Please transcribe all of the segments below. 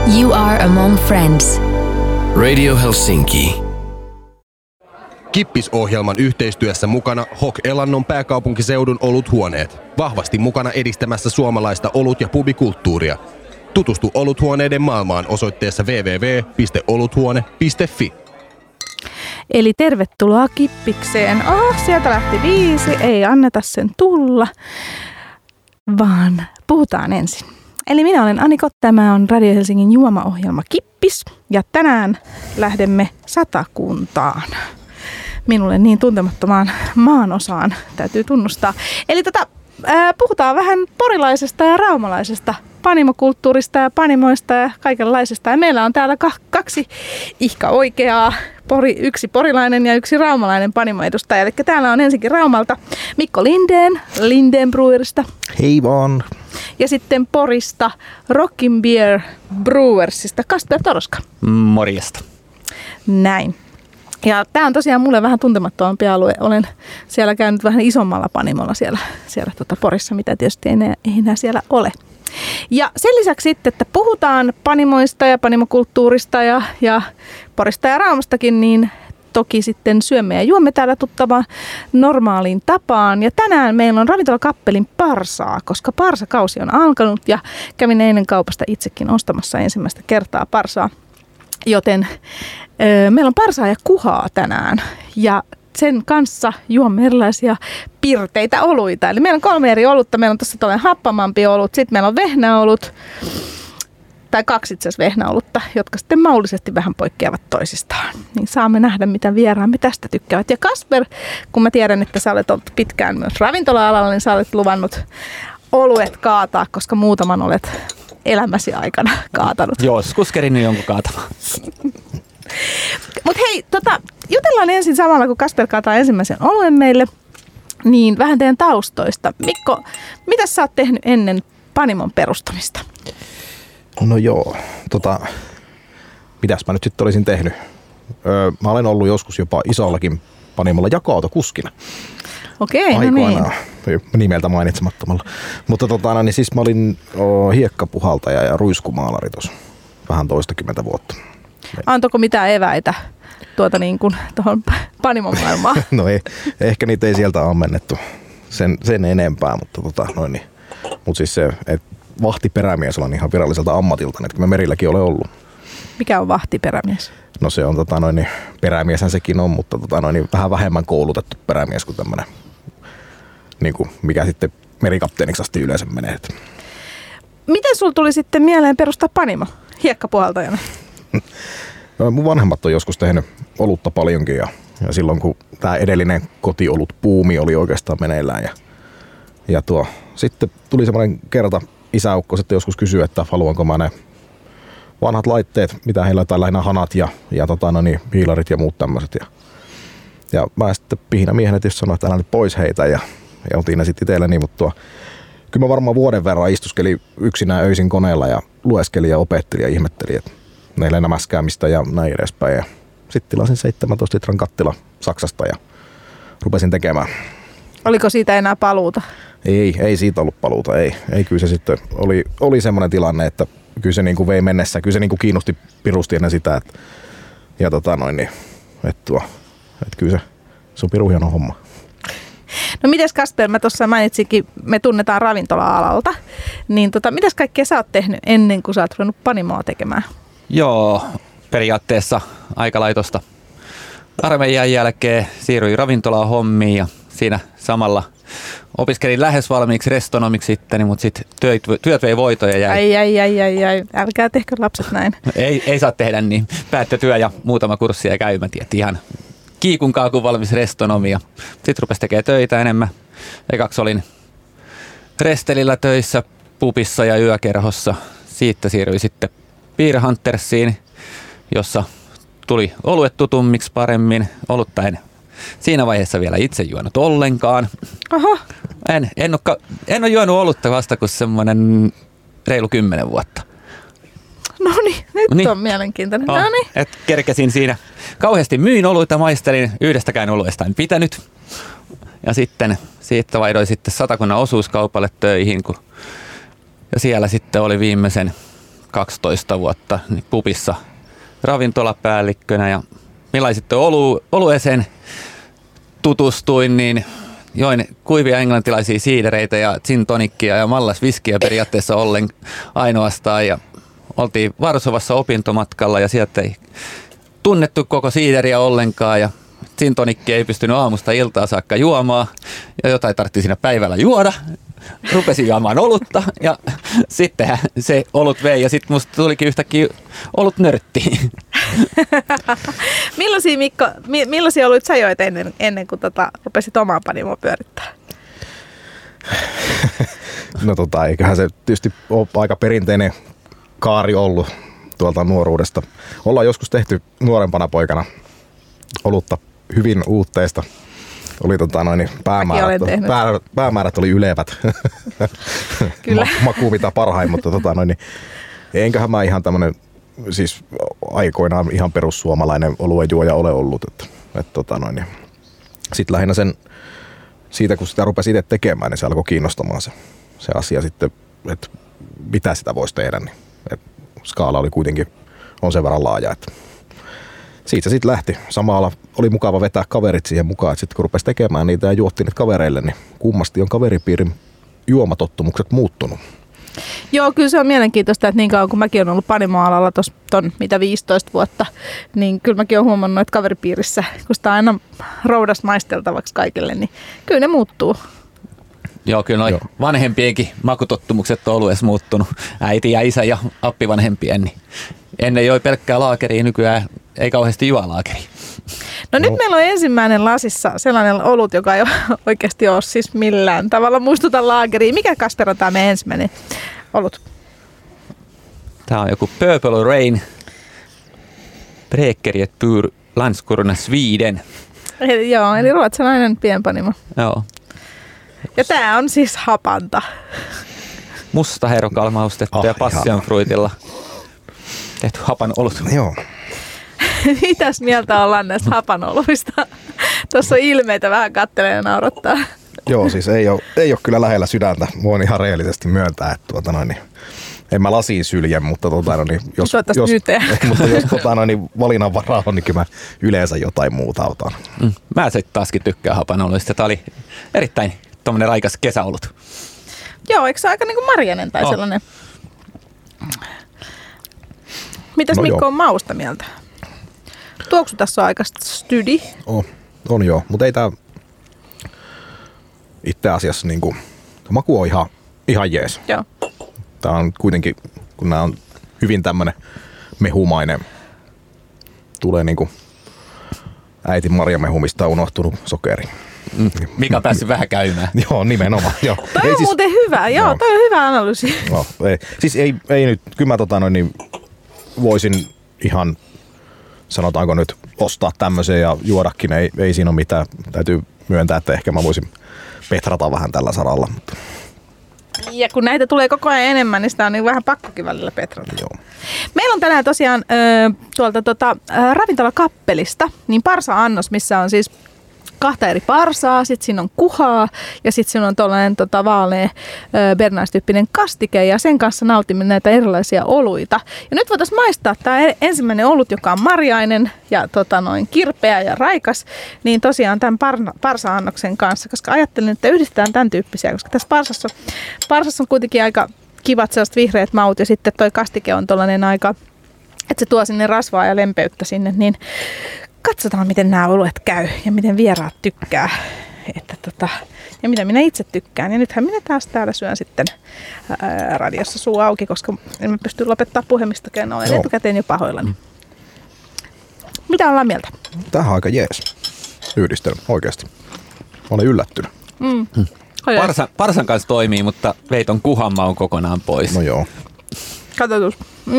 You are among friends. Radio Helsinki. Kippis-ohjelman yhteistyössä mukana Hok-Elannon pääkaupunkiseudun oluthuoneet. Vahvasti mukana edistämässä suomalaista olut- ja pubikulttuuria. Tutustu oluthuoneiden maailmaan osoitteessa www.oluthuone.fi. Eli tervetuloa Kippikseen. Sieltä lähti 5, ei anneta sen tulla, vaan puhutaan ensin. Eli minä olen Aniko, tämä on Radio Helsingin juomaohjelma Kippis ja tänään lähdemme Satakuntaan. Minulle niin tuntemattomaan maanosaan täytyy tunnustaa. Eli puhutaan vähän porilaisesta ja raumalaisesta panimokulttuurista ja panimoista ja kaikenlaisesta. Ja meillä on täällä kaksi ihka oikeaa, yksi porilainen ja yksi raumalainen panimoedustaja. Eli täällä on ensinnäkin Raumalta Mikko Lindén Brewerista. Hei vaan. Ja sitten Porista Rockin Beer Brewersista Kasper Toroska. Morjesta. Näin. Ja tämä on tosiaan mulle vähän tuntemattomampi alue. Olen siellä käynyt vähän isommalla panimolla siellä Porissa, mitä tietysti ei enää siellä ole. Ja sen lisäksi sitten, että puhutaan panimoista ja panimokulttuurista ja Porista ja Raumastakin, niin toki sitten syömme ja juomme täällä tuttavaan normaaliin tapaan. Ja tänään meillä on Ravintola Kappelin parsaa, koska parsakausi on alkanut ja kävin eilen kaupasta itsekin ostamassa ensimmäistä kertaa parsaa. Joten meillä on parsaa ja kuhaa tänään ja sen kanssa juomme erilaisia pirteitä oluita. Eli meillä on 3 eri olutta. Meillä on tässä tällainen happamampi olut, sitten meillä on vehnäolut, tai 2 itse asiassa vehnäolutta, jotka sitten maullisesti vähän poikkeavat toisistaan. Niin saamme nähdä, mitä vieraamme tästä tykkäävät. Ja Kasper, kun mä tiedän, että sä olet ollut pitkään myös ravintola-alalla, niin sä olet luvannut oluet kaataa, koska muutaman olet elämäsi aikana kaatanut. Joskus kerinyt jonkun kaatamaan. Mutta hei, jutellaan ensin samalla, kun Kasper kaataa ensimmäisen oluen meille, niin vähän teidän taustoista. Mikko, mitä sä oot tehnyt ennen panimon perustamista? No joo, mitäs mä nyt sitten olisin tehnyt? Mä olen ollut joskus jopa isollakin panimolla jako-autokuskina. Okei, aikoinaan, no niin. Nimeltä mainitsemattomalla. Mutta niin siis mä olin hiekkapuhaltaja ja ruiskumaalari tuossa vähän toistakymmentä vuotta. Antoiko mitään eväitä niin kuin tuohon panimon maailmaan? No ei, ehkä niitä ei sieltä ammennettu sen enempää, mutta Mutta siis se, että vahtiperämies on ihan viralliselta ammatilta, että mä merilläkin olen ollut. Mikä on vahtiperämies? No se on perämieshän sekin on, mutta vähän vähemmän koulutettu perämies kuin tämmöinen, niin kuin mikä sitten merikapteeniksi asti yleensä menee. Miten sulla tuli sitten mieleen perustaa panimo hiekkapuhaltajana? Mun vanhemmat on joskus tehnyt olutta paljonkin ja silloin kun tämä edellinen kotiolut puumi oli oikeastaan meneillään ja sitten tuli semmoinen kerta, isäukko sitten joskus kysyi, että haluanko mä ne vanhat laitteet, mitä heillä on lähinnä hanat ja hiilarit ja muut tämmöiset. Ja mä sitten pihinä miehenä tietysti sanoin, että älä nyt pois heitä ja otin ne sitten itselleni, mutta kyllä mä varmaan vuoden verran istuskelin yksinään öisin koneella ja lueskelin ja opettelin ja ihmettelin, että meillä enää mäskäämistä ja näin edespäin. Ja sitten tilasin 17 litran kattila Saksasta ja rupesin tekemään. Oliko siitä enää paluuta? Ei siitä ollut paluuta, ei. Kyllä se sitten oli semmoinen tilanne, että kyllä se niinku vei mennessä, kyllä se niinku kiinnosti pirusti ennen sitä, että kyllä se on pirun hieno homma. No mites Kasper, mä tuossa mainitsinkin, me tunnetaan ravintola-alalta, niin mitäs kaikkea sä oot tehnyt ennen kuin sä oot ruvennut panimoa tekemään? Joo, periaatteessa aikalaitosta. Armeijan jälkeen siirryin ravintolaan hommiin ja siinä samalla opiskelin lähes valmiiksi restonomiksi itteni, mutta sitten työt vei voitoja jäi. Ai, älkää tehkö lapset näin. Ei saa tehdä niin. Päättötyö ja muutama kurssi ja käymäti, että ihan kiikun kaakun valmis restonomia. Sitten rupesi tekemään töitä enemmän. Ekaksi olin Restelillä töissä, pubissa ja yökerhossa. Siitä siirryin sitten Beer Huntersiin, jossa tuli oluet tutummiksi paremmin. Olutta en siinä vaiheessa vielä itse juonut ollenkaan. Oho. En ole juonut olutta vasta kuin semmoinen reilu 10 vuotta. Noniin, nyt on mielenkiintoinen. Noniin. Kerkesin siinä. Kauheasti myin oluita, maistelin, yhdestäkään oluesta en pitänyt. Ja sitten siitä vaihdoin sitten Satakunnan osuuskaupalle töihin. Ja siellä sitten oli viimeisen 12 vuotta niin pubissa ravintolapäällikkönä ja millä sitten olueseen tutustuin, niin join kuivia englantilaisia siidereitä ja gin tonikkia ja mallasviskiä periaatteessa ollen ainoastaan ja oltiin Varsovassa opintomatkalla ja sieltä ei tunnettu koko siideriä ollenkaan ja gin tonikki ei pystynyt aamusta iltaa saakka juomaan ja jotain tarvittiin siinä päivällä juoda. Rupesin juomaan olutta ja sittenhän se olut vei ja sitten musta tulikin yhtäkkiä olut nörttiin. Millaisia oluita sä joit ennen kuin rupesit omaa panimoa pyörittää? No eiköhän se tietysti ole aika perinteinen kaari ollut tuolta nuoruudesta. Ollaan joskus tehty nuorempana poikana olutta hyvin uutteista. Oli päämäärät oli ylevät. Kyllä. Maku mitä parhain, mutta enköhän mä ihan tämmönen siis aikoinaan ihan perussuomalainen oluen juoja ole ollut. Sitten lähinnä siitä kun sitä rupesi itse tekemään, niin se alkoi kiinnostamaan se asia sitten, että mitä sitä voisi tehdä. Niin, skaala oli kuitenkin, on sen verran laaja, että siitä se sitten lähti. Samalla oli mukava vetää kaverit siihen mukaan, että sitten kun rupesi tekemään niitä ja juotti niitä kavereille, niin kummasti on kaveripiirin juomatottumukset muuttunut. Joo, kyllä se on mielenkiintoista, että niin kauan kun mäkin olen ollut panimoalalla ton 15 vuotta, niin kyllä mäkin olen huomannut, että kaveripiirissä, kun sitä aina roudas maisteltavaksi kaikille, niin kyllä ne muuttuu. Joo, kyllä noi vanhempienkin makutottumukset on ollut edes muuttunut. Äiti ja isä ja appivanhempien, niin ennen joi pelkkää laakeria, nykyään ei kauheasti juo laakeria. No nyt meillä on ensimmäinen lasissa sellainen olut, joka ei oikeasti ole siis millään tavalla muistuta laakeria. Mikä, Kasper, on tämä meidän ensimmäinen olut? Tämä on joku Purple Rain Bräckeriet Pur Landskrona Sweden. Joo, eli ruotsalainen pienpanimo. Joo. Ja tämä on siis hapanta. Musta herokalmaustettu ja passionfruitilla tehty hapan olut. Joo. Mitäs mieltä ollaan näistä hapanoluista? Tuossa on ilmeitä, vähän kattelee ja naurattaa. Joo, siis ei ole kyllä lähellä sydäntä. Voin ihan reellisesti myöntää, että en mä lasiin sylje, mutta jos valinnanvaraa on, niin kyllä mä yleensä jotain muuta otan. Mä taaskin tykkään hapanoluista. Tämä oli erittäin tommonen raikas kesäolut. Joo, eikö se aika niin kuin marjanen tai sellainen? Mitäs Mikko on mausta mieltä? Tuoksu tässä on aika stydi. On joo, mutta ei tää itse asiassa niinku, maku on ihan jees. Joo. Tää on kuitenkin, kun nää on hyvin tämmönen mehumainen, tulee niinku äitin marjamehu, mistä on unohtunut sokeri. Mikä päässyt vähän käymään. Joo, nimenomaan. Joo. Toi on muuten hyvä, joo, toi on hyvä analyysi. No, siis ei nyt, kyllä mä niin voisin ihan, sanotaanko nyt, ostaa tämmöisen ja juodakin, ei siinä ole mitään. Täytyy myöntää, että ehkä mä voisin petrata vähän tällä saralla. Mutta. Ja kun näitä tulee koko ajan enemmän, niin sitä on niin vähän pakkokin välillä petrata. Joo. Meillä on tänään tosiaan tuolta ravintolakappelista niin parsa-annos, missä on siis 2 eri parsaa, sitten siinä on kuhaa ja sitten siinä on tuollainen vaalea bernaistyyppinen kastike ja sen kanssa nautimme näitä erilaisia oluita. Ja nyt voitaisiin maistaa tämä ensimmäinen olut, joka on marjainen ja kirpeä ja raikas, niin tosiaan tämän parsa-annoksen kanssa, koska ajattelin, että yhdistetään tämän tyyppisiä, koska tässä parsassa on kuitenkin aika kivat sellaiset vihreät maut ja sitten toi kastike on tuollainen aika, että se tuo sinne rasvaa ja lempeyttä sinne, niin katsotaan, miten nämä oluet käy ja miten vieraat tykkää. Ja mitä minä itse tykkään. Ja nythän minä taas täällä syön sitten radiossa suu auki, koska en mä pysty lopettaa puhemistakaan. Olen etukäteen jo pahoillani. Mitä ollaan mieltä? Tähän on aika jees yhdistelmä oikeasti. Olen yllättynyt. Parsan kanssa toimii, mutta veit on kuhanmaun kokonaan pois. No joo. Katsotus.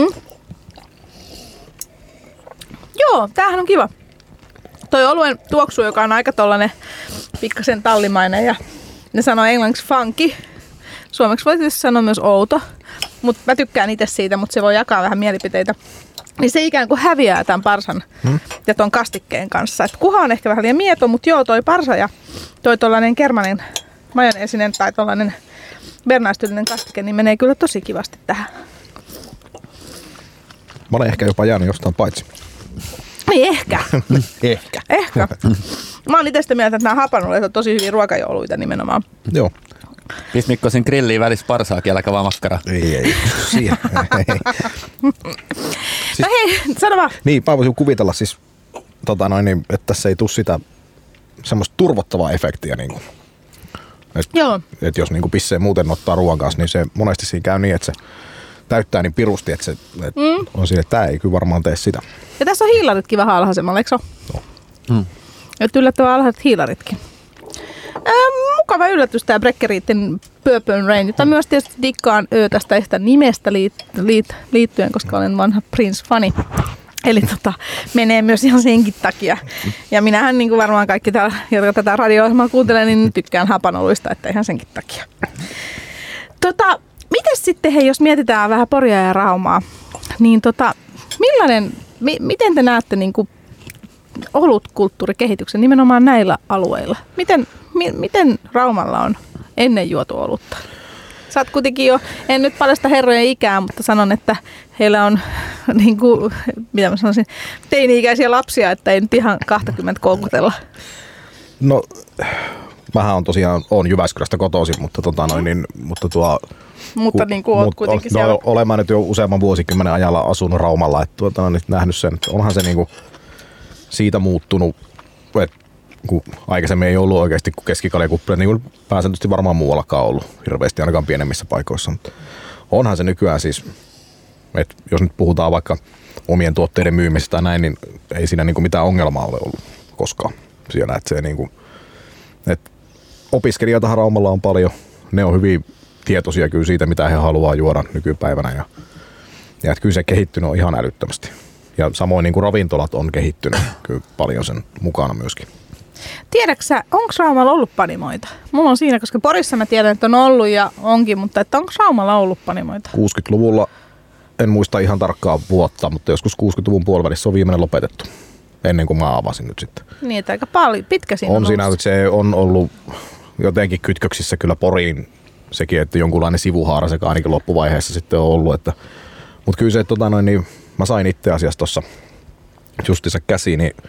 Joo, tämähän on kiva. Toi oluen tuoksu, joka on aika tollanen pikkasen tallimainen ja ne sanoo englanniksi funky. Suomeksi voi tietysti sanoa myös outo, mutta mä tykkään itse siitä, mutta se voi jakaa vähän mielipiteitä. Niin se ikään kuin häviää tämän parsan ja ton kastikkeen kanssa. Et kuha on ehkä vähän liian mieto, mutta joo, toi parsa ja toi tollanen kermanen majoneesinen tai tollanen bernaistyylinen kastike, niin menee kyllä tosi kivasti tähän. Mä olen ehkä jopa jäänyt jostain paitsi. Niin ehkä. Ehkä. Mä oon itse sitä mieltä, että nämä hapannulet on tosi hyviä ruokajouluita nimenomaan. Joo. Pist Mikko sen grilliin välissä parsaakin, äläkä vaan makkara. Ei. Siihen. No hei, sano vaan. Niin, mä voisin kuvitella siis, että tässä ei tule sitä semmoista turvottavaa efektiä. Niin kuin. Joo. Et jos niin pissee muuten ottaa ruoan kanssa, niin se monesti siinä käy niin, että se täyttää niin pirusti, että on siinä, että tämä ei kyllä varmaan tee sitä. Ja tässä on hiilaritkin vähän alhaisemmalla, eikö se ole? No. Että yllättävän alhaiset hiilaritkin. Mukava yllätys tämä Breckeriten Purple Rain, jota myös tietysti dikkaan tästä nimestä liittyen, koska olen vanha Prince-fani. Eli menee myös ihan senkin takia. Ja minähän niin kuin varmaan kaikki täällä, jotka tätä radio-ohjelmaa kuuntelee, niin tykkään hapanoluista, että ihan senkin takia. Mites sitten, hei, jos mietitään vähän Poria ja Raumaa, niin miten te näette niin kuin olutkulttuurikehityksen nimenomaan näillä alueilla? Miten Raumalla on ennen juotu olutta? Sä oot kuitenkin jo, en nyt paljasta herrojen ikää, mutta sanon, että heillä on niin kuin, mitä mä sanoisin, teini-ikäisiä lapsia, että ei nyt ihan 20 koukutella. No, mähän on tosiaan Jyväskylästä kotoisin, mutta Mutta niin kuin oot kuitenkin siellä. Olen mä nyt jo useamman vuosikymmenen ajalla asunut Raumalla, että nähnyt sen, että onhan se niinku siitä muuttunut, että kun aikaisemmin ei ollut oikeasti keskikaljakuppila, niin kuin pääsääntöisesti varmaan muuallakaan ollut hirveästi, ainakaan pienemmissä paikoissa. Mutta onhan se nykyään siis, että jos nyt puhutaan vaikka omien tuotteiden myymisestä tai näin, niin ei siinä niinku mitään ongelmaa ole ollut koskaan siellä. Että se niinku, että opiskelijoitahan Raumalla on paljon, ne on hyvin tietoisia kyllä siitä, mitä he haluaa juoda nykypäivänä ja että kyllä se kehittynyt on ihan älyttömästi. Ja samoin niin kuin ravintolat on kehittynyt kyllä paljon sen mukana myöskin. Tiedätkö sä, onko Raumalla ollut panimoita? Mulla on siinä, koska Porissa mä tiedän, että on ollut ja onkin, mutta että onko Raumalla ollut panimoita? 60-luvulla, en muista ihan tarkkaa vuotta, mutta joskus 60-luvun puolivälissä on viimeinen lopetettu, ennen kuin mä avasin nyt sitten. Niin, että aika paljon, pitkä siinä on siinä, että se on ollut jotenkin kytköksissä kyllä Poriin sekin, että jonkunlainen sivuhaara sekä ainakin loppuvaiheessa sitten on ollut. Mutta kyllä se, että niin mä sain itse asiassa tuossa justiinsa käsiin, niin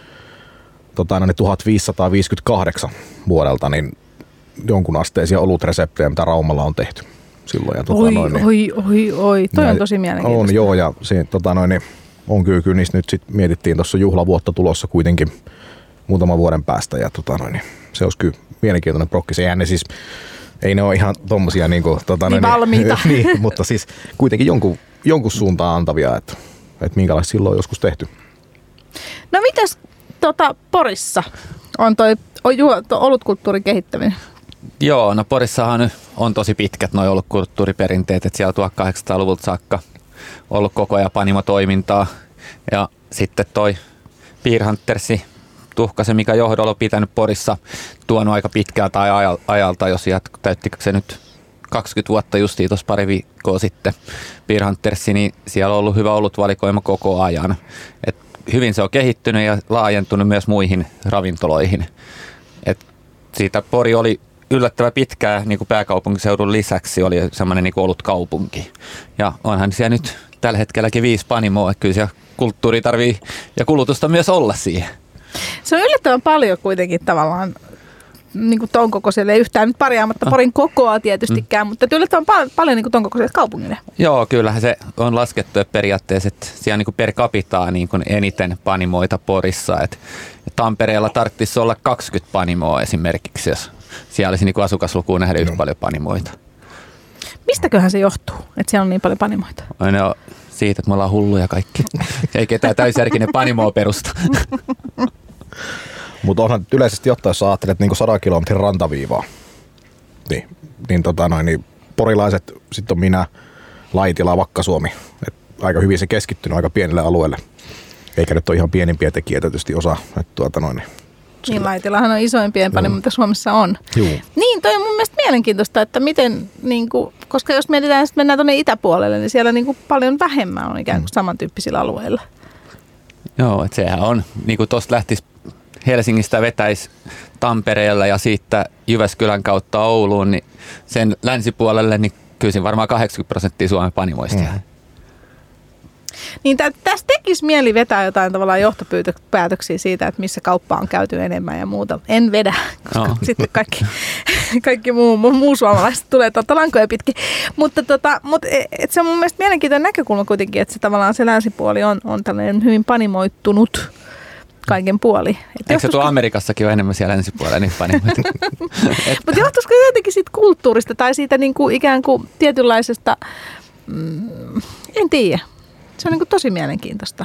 1558 vuodelta niin jonkun asteisia olutreseptejä, mitä Raumalla on tehty silloin. Ja, toi on tosi mielenkiintoista. On joo, ja se, niin on kyllä niistä nyt sit mietittiin tuossa juhlavuotta tulossa kuitenkin muutaman vuoden päästä, ja niin se olisi kyllä mielenkiintoinen prokki. Se ne siis, ei ne ole ihan tommosia niinku, niin valmiita. Niin, mutta siis kuitenkin jonkun suuntaan antavia, että minkälaista silloin on joskus tehty. No mitäs Porissa on toi olutkulttuurin kehittäminen? Joo, no Porissahan on tosi pitkät nuo olutkulttuuriperinteet, että siellä 1800-luvulta saakka ollut koko ajan panimotoimintaa. Ja sitten toi Beer Huntersi Tuhkasen Mika johdolla on pitänyt Porissa tuonut aika pitkältä ajalta, jos täyttikö se nyt 20 vuotta justiin tuossa pari viikkoa sitten Beer Huntersi, niin siellä on ollut hyvä olutvalikoima koko ajan. Et hyvin se on kehittynyt ja laajentunut myös muihin ravintoloihin. Et siitä Pori oli yllättävän pitkää niin kuin pääkaupunkiseudun lisäksi oli semmoinen niin kuin olutkaupunki. Ja onhan siellä nyt tällä hetkelläkin 5 panimoa, että kyllä siellä kulttuuri tarvii ja kulutusta myös olla siihen. Se on yllättävän paljon kuitenkin tavallaan niin kuin ton kokoiselle, ei yhtään nyt parjaamatta Porin kokoa tietystikään, mutta yllättävän paljon niin kuin ton kokoiselle kaupungille. Joo, kyllähän se on laskettu periaatteessa, että siellä niin kuin per capita niin kuin eniten panimoita Porissa. Et Tampereella tarvitsisi olla 20 panimoa esimerkiksi, jos siellä olisi niin kuin asukaslukuun nähden yhtä paljon panimoita. Mistäköhän se johtuu, että siellä on niin paljon panimoita? No siitä, että me ollaan hulluja kaikki. Ei ketään täysjärkinen panimoa perusta. Mutta onhan yleisesti ottaen, jos ajattelet niin 100 kilometrin rantaviivaa, niin porilaiset, sitten on minä, Laitila, Vakka-Suomi. Et aika hyvin se keskittynyt aika pienelle alueelle. Eikä nyt ole ihan pienimpiä tekijöitä tietysti osa. Niin, Laitilahan on isoimpien panimoita, mitä Suomessa on. Juu. Niin, toi on mun mielestä mielenkiintoista, että miten, niin kuin, koska jos mietitään, että mennään tuonne itäpuolelle, niin siellä niin kuin paljon vähemmän on ikään kuin samantyyppisillä alueilla. Joo, että sehän on, niin kuin tuosta lähtisi Helsingistä vetäisi Tampereella ja siitä Jyväskylän kautta Ouluun, niin sen länsipuolelle, niin kyllä siinä varmaan 80% Suomen panimoista. Niin tässä tekisi mieli vetää jotain tavallaan johtopäätöksiä siitä, että missä kauppa on käyty enemmän ja muuta. En vedä, koska sitten kaikki muu suomalaiset tulee lankoja pitkin. Mutta se on mun mielestä mielenkiintoinen näkökulma kuitenkin, että se tavallaan se länsipuoli on tällainen hyvin panimoittunut kaiken puoli. Eikö se tuo Amerikassakin ole enemmän siellä länsipuolella niin panimoitu? Mutta johtuisiko jotenkin siitä kulttuurista tai siitä niinku ikään kuin tietynlaisesta, en tiedä. Se on niinku tosi mielenkiintoista.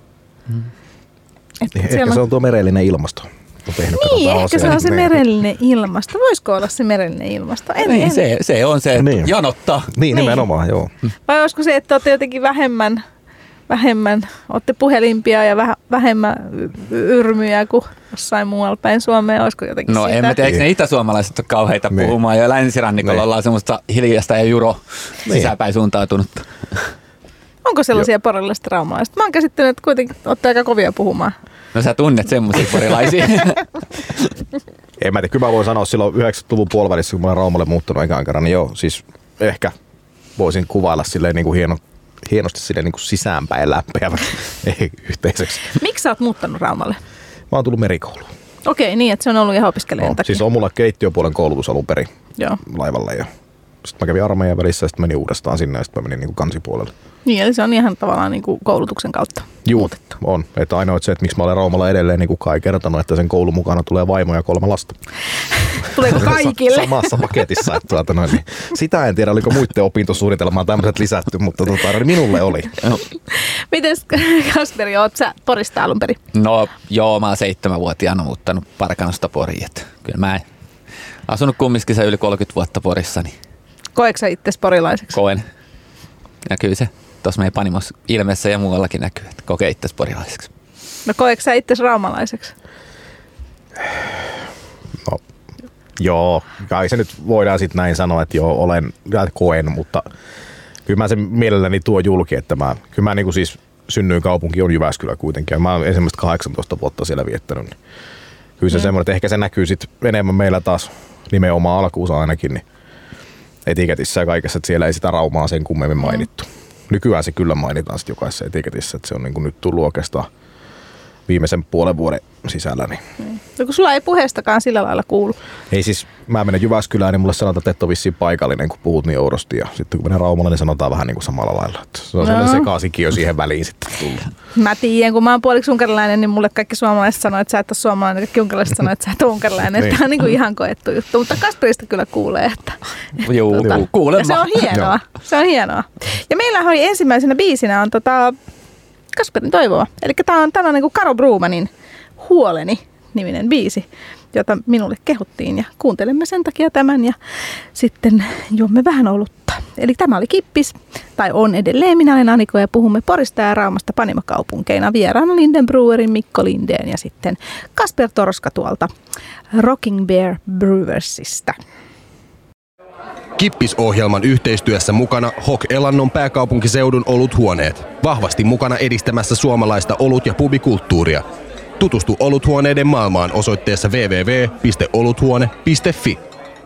Ehkä se on tuo merellinen ilmasto. Niin, ehkä se on se merellinen ilmasto. Voisiko olla se merellinen ilmasto? Se on se, niin. Janottaa. Niin, nimenomaan, joo. Vai olisiko se, että olette jotenkin vähemmän olette puhelimpia ja vähemmän yrmyjä kuin jossain muualla päin Suomea? Olisiko jotenkin no sitä? en mä tiedä, eikö ne itäsuomalaiset ole kauheita puhumaan ja länsirannikolla ollaan semmoista hiljasta ja juro sisäpäin suuntautunutta. Onko sellaisia porilaisia raumalaisia? Mä oon käsittänyt, että kuitenkin olette aika kovia puhumaan. No sä tunnet semmoisia porilaisia. En mä tiedä, kyllä mä voin sanoa silloin 90-luvun puolivälissä, kun mä olen Raumalle muuttanut ekaan kerran, niin joo, siis ehkä voisin kuvailla silleen niin kuin hienosti silleen niin kuin sisäänpäin lämpeäväksi yhteiseksi. Miksi sä oot muuttanut Raumalle? Mä oon tullut merikouluun. Okei, niin että se on ollut ihan opiskelijan takia. Siis on mulla keittiöpuolen koulutus alun perin laivalle ja sitten mä kävin armeijan välissä ja sitten menin uudestaan sinne ja sitten mä menin niin kuin kansipuolelle. Niin, eli se on ihan tavallaan niin kuin koulutuksen kautta. Juu, on. Että ainoa se, että miksi mä olen Raumalla edelleen, niin kukaan ei kertonut, että sen koulun mukana tulee vaimo ja 3 lasta. Tuleeko kaikille? Samassa paketissa. Että niin. Sitä en tiedä, oliko muiden opintosuunnitelmaan tämmöiset lisätty, mutta minulle oli. Mites Kasperi, oot sä Porista alun perin? No joo, mä oon 7-vuotiaana muuttanut Parkanosta Poriin. Kyllä mä en asunut kumminkin se yli 30 vuotta Porissa. Niin koetko sä itses porilaiseksi? Koen. Näkyy se. Tuossa meidän Panimos ilmeessä ja muuallakin näkyy, että kokee itses porilaiseksi. No koetko sä itses raumalaiseksi? No joo, kai se nyt voidaan sitten näin sanoa, että joo, koen, mutta kyllä mä sen mielelläni tuo julki, että kyllä mä niinku siis synnyin kaupunki on Jyväskylä kuitenkin ja mä oon ensimmäistä 18 vuotta siellä viettänyt. Niin kyllä se semmoinen, että ehkä se näkyy sitten enemmän meillä taas nimenomaan alkuunsa ainakin, niin etiketissä ja kaikessa, että siellä ei sitä Raumaa sen kummemmin mainittu. Nykyään se kyllä mainitaan sitten jokaisessa etiketissä, että se on niin kuin nyt tullut oikeastaan viimeisen puolen vuoden sisällä. Niin. No kun sulla ei puheestakaan sillä lailla kuulu. Ei siis, mä menen Jyväskylään, niin mulle sanotaan, että et ole vissiin paikallinen, kun puhut niin oudosti. Ja sitten kun menen Raumalle, niin sanotaan vähän niin kuin samalla lailla. Että se on sellainen sekaisinkin jo siihen väliin sitten tullut. Mä tiedän, kun mä oon puoliksi unkarilainen, niin mulle kaikki suomalaiset sanoo, että sä et ole suomalainen. Kaikki unkarilaiset sanoo, että sä et ole unkarilainen. Niin. Tämä on niin kuin ihan koettu juttu. Mutta Kasperista kyllä kuulee, että Juu, kuulemma. Se on hienoa. Se on hienoa. Ja meillähän oli ensimmäisenä biisinä on Kasperin toivoa. Eli tämä on niin kuin Karo Brumanin Huoleni-niminen biisi, jota minulle kehuttiin ja kuuntelemme sen takia tämän ja sitten juomme vähän olutta. Eli tämä oli Kippis, tai on edelleen. Minä olen Aniko ja puhumme Porista ja Raumasta Panimokaupunkeina. Vieraana Linden Brewerin Mikko Lindén ja sitten Kasper Torska tuolta Rocking Bear Brewersista. Kippis-ohjelman yhteistyössä mukana HOK Elannon pääkaupunkiseudun oluthuoneet. Vahvasti mukana edistämässä suomalaista olut- ja pubikulttuuria. Tutustu oluthuoneiden maailmaan osoitteessa www.oluthuone.fi.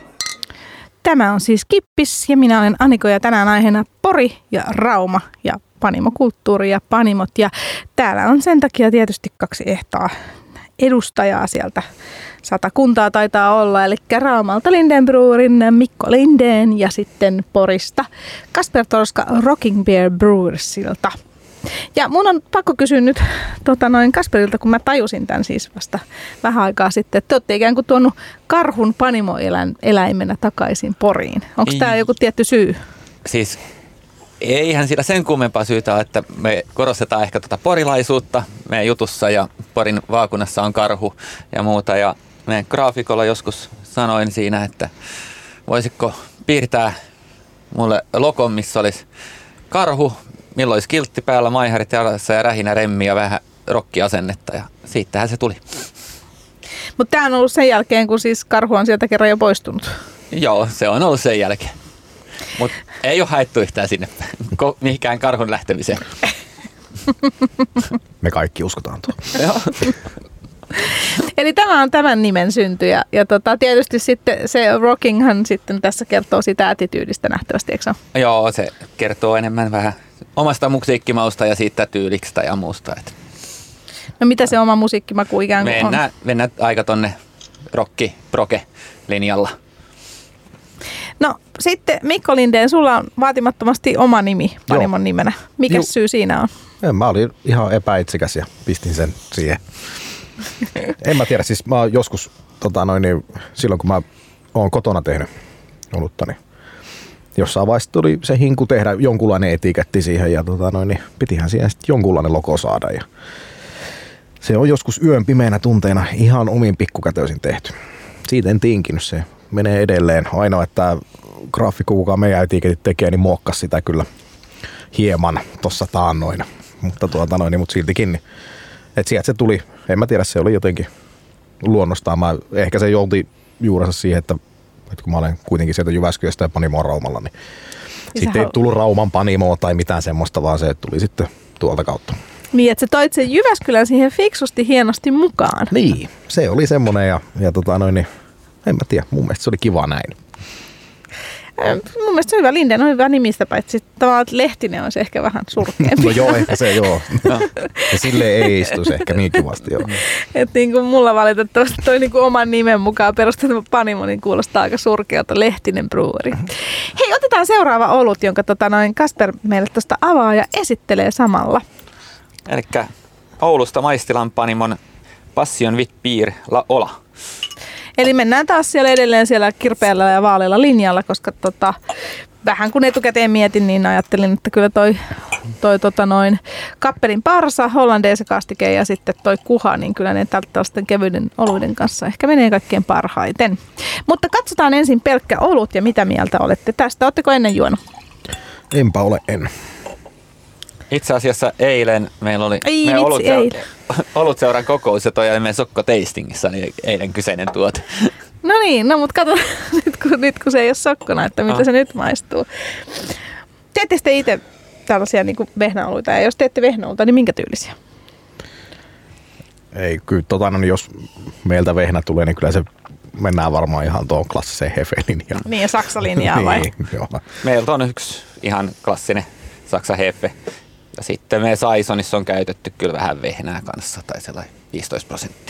Tämä on siis Kippis ja minä olen Aniko ja tänään aiheena Pori ja Rauma ja panimokulttuuri ja panimot. Ja täällä on sen takia tietysti 2 ehtaa edustajaa sieltä. 100 kuntaa taitaa olla, eli Raumalta Linden Brewerin Mikko Lindén ja sitten Porista Kasper Torska Rocking Bear Brewersilta. Ja mun on pakko kysyä nyt Kasperilta, kun mä tajusin tämän siis vasta vähän aikaa sitten, että te olette ikään kuin tuonut karhun panimoeläimenä takaisin Poriin. Onko tämä joku tietty syy? Siis eihän sillä sen kummempaa syytä ole, että me korostetaan ehkä porilaisuutta meidän jutussa ja Porin vaakunassa on karhu ja muuta. Ja meidän graafikolla joskus sanoin siinä, että voisitko piirtää mulle logon, missä olisi karhu, milloin olisi kiltti päällä, maiharit jalassa ja rähinä remmi ja vähän rokkiasennetta ja siitähän se tuli. Mutta tämä on ollut sen jälkeen, kun siis karhu on sieltä kerran jo poistunut. Joo, se on ollut sen jälkeen. Mutta ei ole haettu yhtään sinne mihinkään karhun lähtemiseen. Me kaikki uskotaan tuo. Eli tämä on tämän nimen synty ja tietysti sitten se rockinghan sitten tässä kertoo sitä attitydistä nähtävästi, eikö se? Joo, se kertoo enemmän vähän omasta musiikkimausta ja siitä tyylistä ja muusta. No mitä se oma musiikkimaku ikään kuin on? Mennään aika tonne rock-proke-linjalla. No sitten Mikko Lindén, sulla on vaatimattomasti oma nimi Panimon nimenä. Mikä syy siinä on? Mä olin ihan epäitsikäs ja pistin sen siihen. En mä tiedä, siis mä oon joskus silloin kun mä oon kotona tehnyt olutta, niin jossain vaiheessa tuli se hinku tehdä jonkunlainen etiketti siihen ja pitihän siihen sitten jonkunlainen logo saada. Ja se on joskus yön pimeänä tunteina ihan omin pikkukätöisin tehty. Siitä en tinkinyt, se menee edelleen. Ainoa, että graafikko, kuka meidän etiketit tekee, niin muokkasi sitä kyllä hieman tossa taannoina. Mutta mutta siltikin, niin, että sieltä se tuli. En mä tiedä, se oli jotenkin luonnostaan. Ehkä se jolti juurensa siihen, että kun mä olen kuitenkin sieltä Jyväskylästä ja Panimoa Raumalla, niin sitten ei tullut Rauman Panimoa tai mitään semmoista, vaan se tuli sitten tuolta kautta. Niin, että sä toit sen Jyväskylän siihen fiksusti hienosti mukaan. Niin, se oli semmoinen ja en mä tiedä, mun mielestä se oli kiva näin. Mun mielestä se on hyvä, Lindén on hyvä nimistä, paitsi tavallaan Lehtinen on se ehkä vähän surkeampi. No joo, ehkä se joo. Ja silleen ei istuisi ehkä niin kivasti joo. Että niin kuin mulla valitettavasti toi niin kuin oman nimen mukaan perustettu Panimo, niin kuulostaa aika surkealta, Lehtinen Brewery. Hei, otetaan seuraava olut, jonka Kasper meille tuosta avaa ja esittelee samalla. Elikkä Oulusta Maistilan Panimon Passion Wit Beer La Ola. Eli mennään taas siellä edelleen siellä kirpeällä ja vaalealla linjalla, koska vähän kun etukäteen mietin, niin ajattelin, että kyllä toi Kappelin Parsa, hollandeisen kastike ja sitten toi Kuha, niin kyllä ne tällaisten kevyiden oluiden kanssa ehkä menee kaikkein parhaiten. Mutta katsotaan ensin pelkkä olut ja mitä mieltä olette tästä. Oletteko ennen juonut? Enpä ole en. Itse asiassa eilen meillä oli olutseuran kokous ja toi oli meidän Sokko Tastingissa, niin eilen kyseinen tuote. No niin, no mutta kato nyt kun se ei ole sokkona, että mitä se nyt maistuu. Teette sitten itse tällaisia niin kuin vehnäoluita ja jos teette vehnäoluita, niin minkä tyylisiä? Ei, kyllä jos meiltä vehnä tulee, niin kyllä se mennään varmaan ihan tuon klassiseen Hefe-linjaan. Niin ja Saksa-linjaan vai? Niin, joo. Meiltä on yksi ihan klassinen Saksa Hefe. Ja sitten me Saisonissa on käytetty kyllä vähän vehnää kanssa, tai sellainen 15%.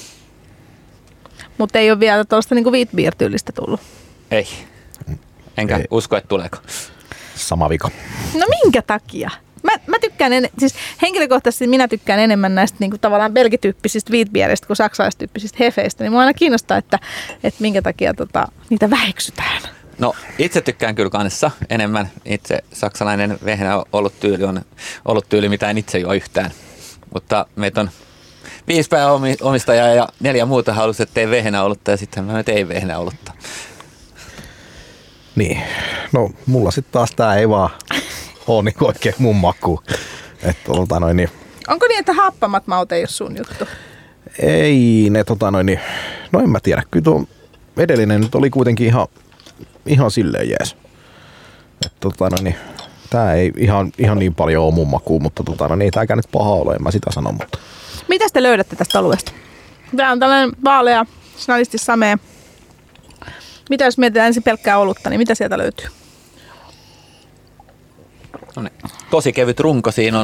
Mutta ei ole vielä tuollaista niinku wheat beer -tyylistä tullut? Ei. Enkä usko, että tuleeko. Sama vika. No minkä takia? Mä tykkään, siis henkilökohtaisesti minä tykkään enemmän näistä niinku tavallaan belgityyppisistä wheat beeristä kuin saksalaistyyppisistä hefeistä. Niin mua aina kiinnostaa, että minkä takia niitä väheksytään. No itse tykkään kyllä kanssa enemmän. Itse saksalainen vehnä oluttyyli on oluttyyli, mitä en itse juo yhtään. Mutta meitä on 5 pääomistajaa ja 4 muuta halusi, että tee vehnä olutta ja sitten mä tein vehnä olutta. Niin, no mulla sitten taas tää ei vaan ole niin oikein mun makuun. Niin. Onko niin, että happamat maut ei ole sun juttu? Ei ne no en mä tiedä. Kyllä tuo edellinen nyt oli kuitenkin ihan silleen jees. Tää ei ihan niin paljon ole mun makuun, mutta ei tääkään nyt paha ole, en mä sitä sano. Mutta. Mitä te löydätte tästä oluesta? Tää on tällainen vaalea, snadisti samea. Mitä jos mietitään ensin pelkkää olutta, niin mitä sieltä löytyy? No niin. Tosi kevyt runko siinä on.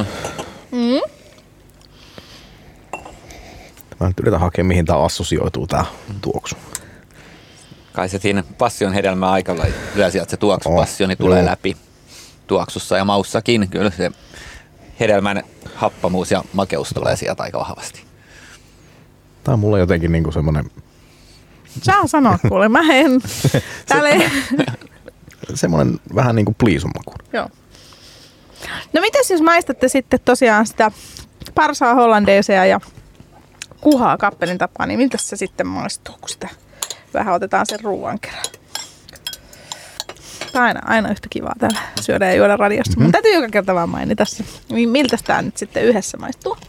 Mä nyt yritän hakea, mihin tää assosioituu tää tuoksu. Kai se siinä passion hedelmää aikalla lyö sieltä se tuoksupassioni tulee läpi tuoksussa ja maussakin. Kyllä se hedelmän happamuus ja makeus tulee sieltä aika vahvasti. Tää on mulle jotenkin niinku semmonen. Saa sanoa kuule, mä en. Semmonen vähän niinku pliisun makuun. Joo. No mitäs jos maistatte sitten tosiaan sitä Parsaa hollandeesea ja Kuhaa Kappelin tapaan, niin miltä se sitten maistuu, kun sitä vähän otetaan sen ruuan kerran. Tämä on aina yhtä kivaa täällä syödä ja juoda radiossa. Mun täytyy joka kerta vaan mainita se. Miltä tämä nyt sitten yhdessä maistuu?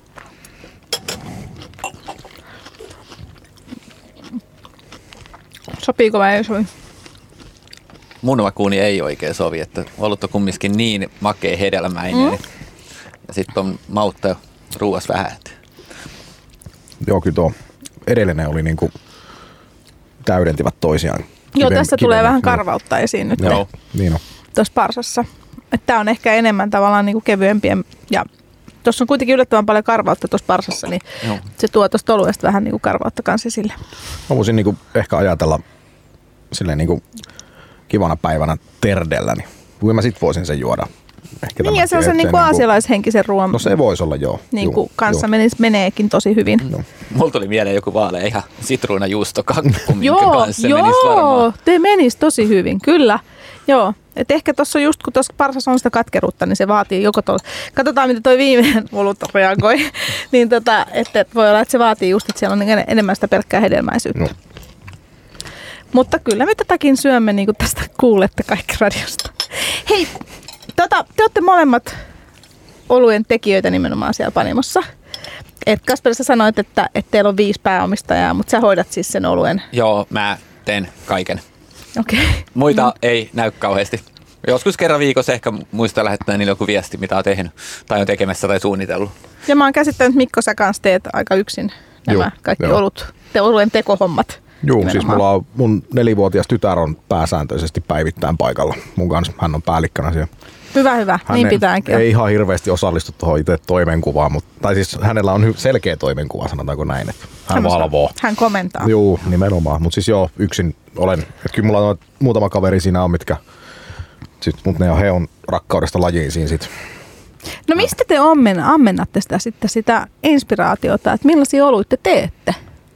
Sopiiko vai ei sovi? Mun makuuni ei oikein sovi, että olut on kumminkin niin makea hedelmäinen. Ja sitten on mautta ruuas vähän. Joo, kyllä tuo edellinen oli niinku täydentivät toisiaan. Joo, tässä tulee vähän karvautta esiin nyt. Joo, niin on. Tuossa Parsassa. Että tää on ehkä enemmän tavallaan niin kuin kevyempien ja tuossa on kuitenkin yllättävän paljon karvautta tuossa parsassa, niin se tuo tuosta oluesta vähän niin kuin karvautta kanssa esille. Mä voisin niin kuin ehkä ajatella silleen niin kuin kivana päivänä terdellä, niin kuinka mä sit voisin sen juoda. Ehkä niin ja se on se niin kuin aasialaishenkisen ruoan. No se voisi olla, joo. Niin kuin kanssa meneekin tosi hyvin. No. Mulla tuli mieleen joku vaalea ihan sitruunajuustokakku, minkä kanssa menisi varmaan. Joo, te menisi tosi hyvin, kyllä. Joo, et ehkä tuossa just kun tuossa parsassa on sitä katkeruutta, niin se vaatii joko tuolla. Katsotaan, mitä toi viimeinen mulut reagoi. Niin että voi olla, että se vaatii just, että siellä on enemmän sitä pelkkää hedelmäisyyttä. No. Mutta kyllä me tätäkin syömme, niin kuin tästä kuulette kaikki radiosta. Hei, te olette molemmat olujen tekijöitä nimenomaan siellä Panimossa. Et Kasper, sä sanoit, että teillä on 5 pääomistajaa, mutta sä hoidat siis sen oluen. Joo, mä teen kaiken. Okay. Muita ei näy kauheasti. Joskus kerran viikossa ehkä muista lähettää niille joku viesti, mitä on tehnyt tai on tekemässä tai suunnitellut. Ja mä oon käsittänyt, Mikko, sä kanssa teet aika yksin nämä kaikki oluen tekohommat. Joo, siis mulla on mun 4-vuotias tytär on pääsääntöisesti päivittäin paikalla. Mun kanssa hän on päällikkönä siellä. Hyvä. Hän niin pitääkin. Ei ihan hirveästi osallistu tuohon itse toimenkuvaan, tai siis hänellä on selkeä toimenkuva, sanotaanko näin, että hän valvoo. Hän komentaa. Joo, nimenomaan. Mutta siis joo, yksin olen. Että kyllä mulla on muutama kaveri siinä on, mitkä mut ne on he on rakkaudesta lajiin siinä sit. No mistä te ammennatte sitä inspiraatiota, että millaisia oluita te teette?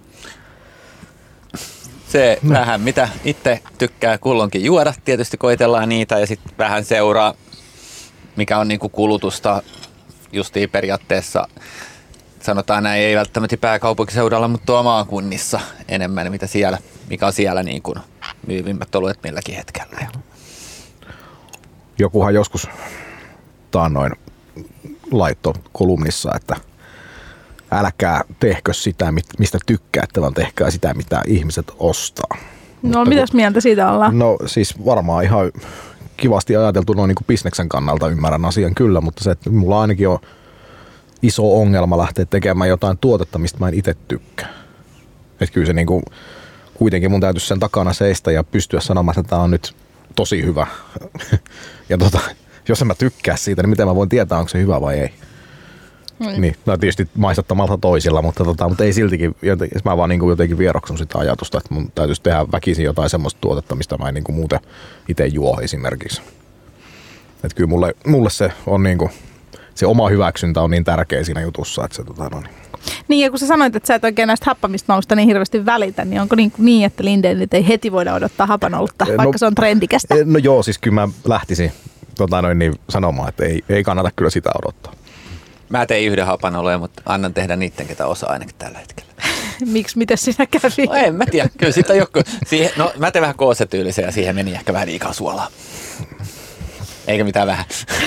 Se vähän mitä itse tykkää kulloinkin juoda, tietysti koitellaan niitä ja sitten vähän seuraa, mikä on niinku kulutusta justiin periaatteessa. Sanotaan näin, ei välttämättä pääkaupunkiseudalla, mutta tuolla maakunnissa enemmän, mitä siellä, mikä on siellä niin kuin myyvimmät oluet milläkin hetkellä. Jokuhan joskus taannoin laittoi kolumnissa, että älkää tehkö sitä, mistä tykkäätte, vaan tehkää sitä, mitä ihmiset ostaa. No, mitäs mieltä siitä ollaan? No siis varmaan ihan kivasti ajateltu noin niin kuin bisneksen kannalta ymmärrän asian kyllä, mutta se, että mulla ainakin on iso ongelma lähteä tekemään jotain tuotetta, mistä mä en itse tykkää. Että kyllä se niin kuin, kuitenkin mun täytyisi sen takana seistä ja pystyä sanomaan, että tämä on nyt tosi hyvä. Ja jos en mä tykkää siitä, niin miten mä voin tietää, onko se hyvä vai ei. Niin, no tietysti maistattamalta toisilla, mutta ei siltikin, mä vaan niin jotenkin vieroksun sitä ajatusta, että mun täytyisi tehdä väkisin jotain semmoista tuotetta, mistä mä en niin muuten itse juo esimerkiksi. Että kyllä mulle se on niin kuin, se oma hyväksyntä on niin tärkeä siinä jutussa, että se Niin ja kun sä sanoit, että sä et oikein näistä happamista niin hirveästi välitä, niin onko niin, että Lindenit ei heti voida odottaa hapanolutta, vaikka se on trendikästä? No joo, siis kyllä mä lähtisin sanomaan, että ei kannata kyllä sitä odottaa. Mä tein yhden hapanoloja, mutta annan tehdä niiden, ketä osaa ainakin tällä hetkellä. Miksi? Miten sinä kävi? No en mä tiedä. Kyllä siitä on joku. Mä tein vähän koosetyylisen ja siihen meni ehkä vähän liikaa suolaa. Eikä mitään vähän.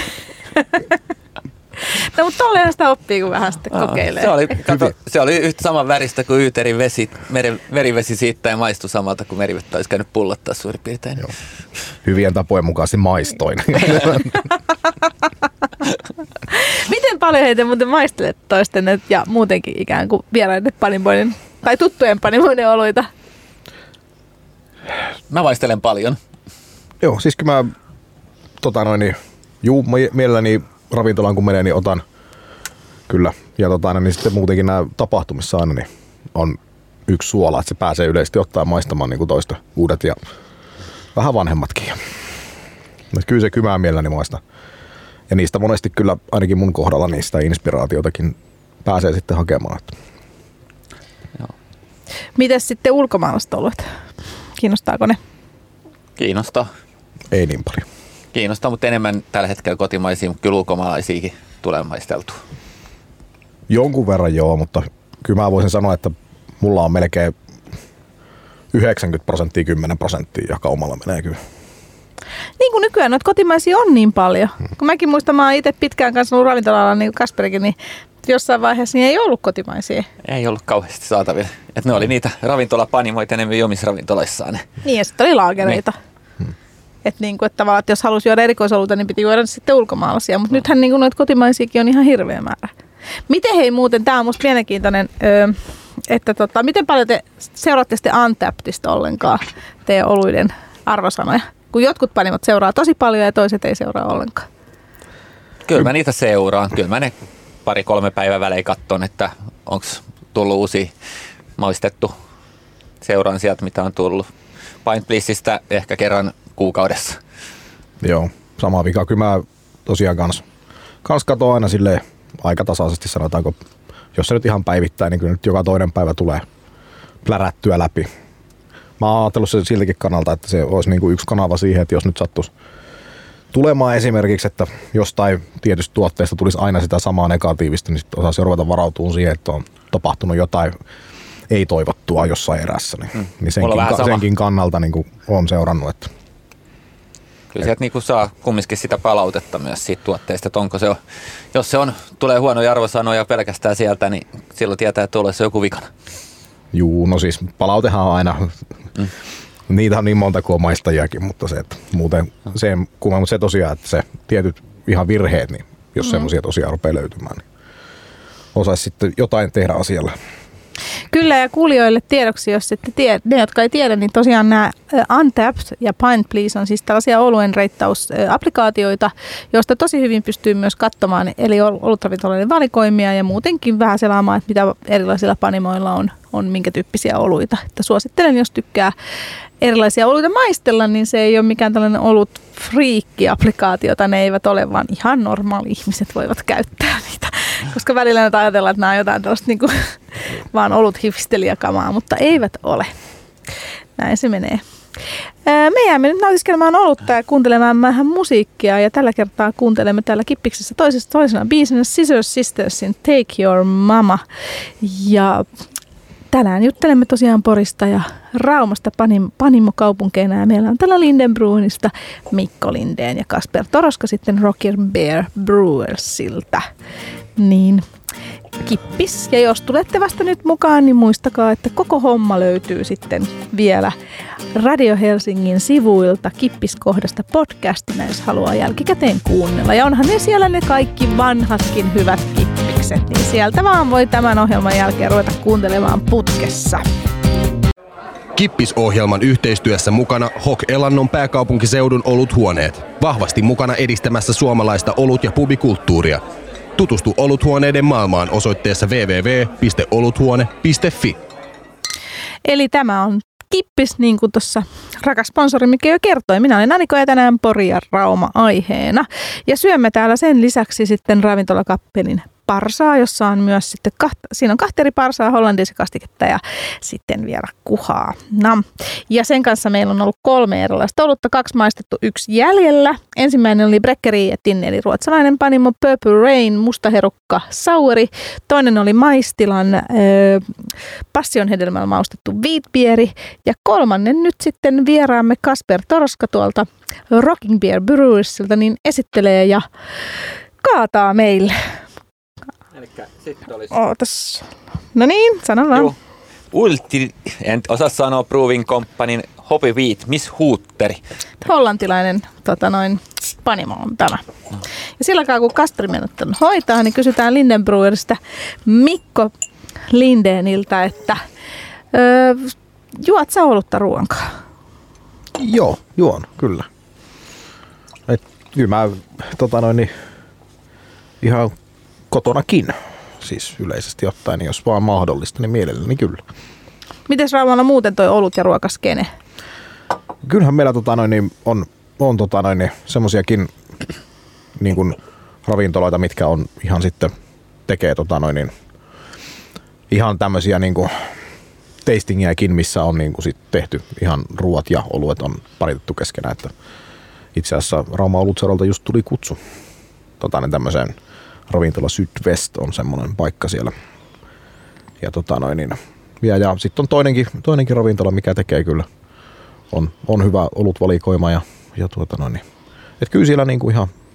No mutta tolleen sitä oppii, kun vähän sitten kokeilee. Se oli yhtä saman väristä kuin Yyterin merivesi siitä ja maistui samalta, kuin merivettä olisi käynyt pullottaa suurin piirtein. Joo. Hyvien tapojen mukaan se maistoin. Miten paljon heitä muuten maistelet toisten ja muutenkin ikään kuin vieraiden panimoiden tai tuttujen panimoiden oluita? Mä maistelen paljon. Joo, siis kyllä mä mielelläni ravintolaan kun menee, niin otan kyllä. Ja niin sitten muutenkin nämä tapahtumissa aina niin on yksi suola, että se pääsee yleisesti ottaa maistamaan niin kuin toista uudet ja vähän vanhemmatkin. Kyllä se kymää mielelläni maista. Ja niistä monesti kyllä ainakin mun kohdalla niistä inspiraatiotakin pääsee sitten hakemaan. Joo. Mites sitten ulkomaalaiset oluet? Kiinnostaako ne? Kiinnostaa. Ei niin paljon. Kiinnostaa, mutta enemmän tällä hetkellä kotimaisia, mutta kyllä ulkomaalaisiakin tulee maisteltua. Jonkun verran joo, mutta kyllä mä voisin sanoa, että mulla on melkein 90% 10% jakaumalla menee kyllä. Niin kuin nykyään noita kotimaisia on niin paljon. Kun mäkin muistan, mä oon itse pitkään kanssa ollut ravintolalla, niin kuin Kasperikin, niin jossain vaiheessa niin ei ollut kotimaisia. Ei ollut kauheasti saatavilla. Että ne oli niitä ravintolapanimoita enemmän omissa ravintoloissaan. Niin ja sitten oli laagereita. Niin. Että niinku, että tavallaan, että jos halusi juoda erikoisoluita, niin piti juoda sitten ulkomaalaisia. Mutta nythän niinku noita kotimaisiakin on ihan hirveä määrä. Miten hei muuten, tämä on musta mielenkiintoinen, että miten paljon te seuraatte sitten Untappedista ollenkaan teidän oluiden arvosanoja? Kun jotkut panimot seuraa tosi paljon ja toiset ei seuraa ollenkaan. Kyllä mä niitä seuraan. Kyllä mä ne 2-3 päivän välein katson, että onko tullut uusi maistettu. Seuraan sieltä, mitä on tullut. Pint Blissistä ehkä kerran kuukaudessa. Joo, sama vika. Kyllä mä tosiaan kans katson aina silleen aika tasaisesti, sanotaanko. Jos se nyt ihan päivittäin, niin kyllä nyt joka toinen päivä tulee plärättyä läpi. Mä oon ajatellut sen siltäkin kannalta, että se olisi niin kuin yksi kanava siihen, että jos nyt sattuisi tulemaan esimerkiksi, että jostain tietystä tuotteesta tulisi aina sitä samaa negatiivista, niin sitten osaisi ruveta varautumaan siihen, että on tapahtunut jotain ei-toivottua jossain erässä. Niin senkin kannalta niin kuin olen seurannut. Että kyllä sieltä niin saa kumminkin sitä palautetta myös siitä tuotteesta, että onko se, jos se tulee huonoja arvosanoja pelkästään sieltä, niin silloin tietää, että tuolla se joku vikana. Juu, no siis palautehan on aina, niitä on niin monta kuin on maistajiakin, mutta se, että muuten se tosiaan, että se tietyt ihan virheet, niin jos semmoisia tosiaan rupeaa löytymään, niin osaisi sitten jotain tehdä asialla. Kyllä, ja kuulijoille tiedoksi, jos ette ne, jotka ei tiedä, niin tosiaan nämä Untappd ja Pint Please on siis tällaisia oluen reittausapplikaatioita, joista tosi hyvin pystyy myös katsomaan, eli olutravintoloiden valikoimia ja muutenkin vähän selaamaan, että mitä erilaisilla panimoilla on minkä tyyppisiä oluita. Että suosittelen, jos tykkää erilaisia oluita maistella, niin se ei ole mikään tällainen olut friikki-applikaatiota, ne eivät ole, vaan ihan normaali ihmiset voivat käyttää niitä. Koska välillä nyt ajatellaan, että nämä on jotain tällaista niin kuin, vaan olut hifstelijäkamaa, mutta eivät ole. Näin se menee. Me jäämme nyt nautiskelemaan olutta ja kuuntelemaan vähän musiikkia. Ja tällä kertaa kuuntelemme täällä Kippiksessä toisena biisinä Scissor Sistersin Take Your Mama. Ja tänään juttelemme tosiaan Porista ja Raumasta panimokaupunkeina. Ja meillä on täällä Lindenbrunista Mikko Lindén ja Kasper Toroska sitten Rocker Bear Brewersilta. Niin Kippis. Ja jos tulette vasta nyt mukaan, niin muistakaa, että koko homma löytyy sitten vielä Radio Helsingin sivuilta Kippiskohdasta podcastina, jos haluaa jälkikäteen kuunnella. Ja onhan ne siellä ne kaikki vanhatkin hyvät kippikset, niin sieltä vaan voi tämän ohjelman jälkeen ruveta kuuntelemaan putkessa. Kippis-ohjelman yhteistyössä mukana HOK Elannon pääkaupunkiseudun oluthuoneet. Vahvasti mukana edistämässä suomalaista olut- ja pubikulttuuria. Tutustu oluthuoneiden maailmaan osoitteessa www.oluthuone.fi. Eli tämä on Kippis, niin kuin tuossa rakas sponsori Mikke jo kertoi. Minä olen Aniko ja tänään Pori ja Rauma aiheena. Ja syömme täällä sen lisäksi sitten ravintolakappelin parsaa, jossa on myös sitten siinä on 2 eri parsaa, hollandaisen kastiketta ja sitten vielä kuhaa. Ja sen kanssa meillä on ollut 3 erilaista olutta, 2 maistettu, 1 jäljellä. Ensimmäinen oli Bräckeriettin eli ruotsalainen panimo Purple Rain, mustaherukka sauri. Toinen oli Maistilan passionhedelmällä maustettu wheatbieri. Ja kolmannen nyt sitten vieraamme Kasper Toroska tuolta Rocking Bear Brewersilta niin esittelee ja kaataa meille. Ootas. No niin, sano vaan. En osaa sanoa Brewing Companyn Hoppy Wheat, Miss Huutteri. Hollantilainen panimo on tämä. Ja sillä aikaa kun Kasper menettä hoitaa, niin kysytään Lindenbrewerista Mikko Lindéniltä, että juot sä olutta ruoankaan? Joo, juon, kyllä. Kyllä mä ihan kotonakin, siis yleisesti ottaen, niin jos vaan mahdollista, niin mielelläni kyllä. Mites Raumalla muuten toi olut ja ruokaskene? Kyllähän meillä on semmosiakin niin kuin ravintoloita, mitkä on ihan sitten tekee ihan tämmöisiä niin kuin tastingiäkin, missä on niin kuin sit tehty ihan ruoat ja oluet on paritettu keskenään. Että itse asiassa Rauma Olutserolta just tuli kutsu tämmöiseen ravintola Sydwest on semmoinen paikka siellä. Ja sitten on toinenkin ravintola, mikä tekee kyllä. On hyvä olutvalikoima ja et kyllä siellä niinku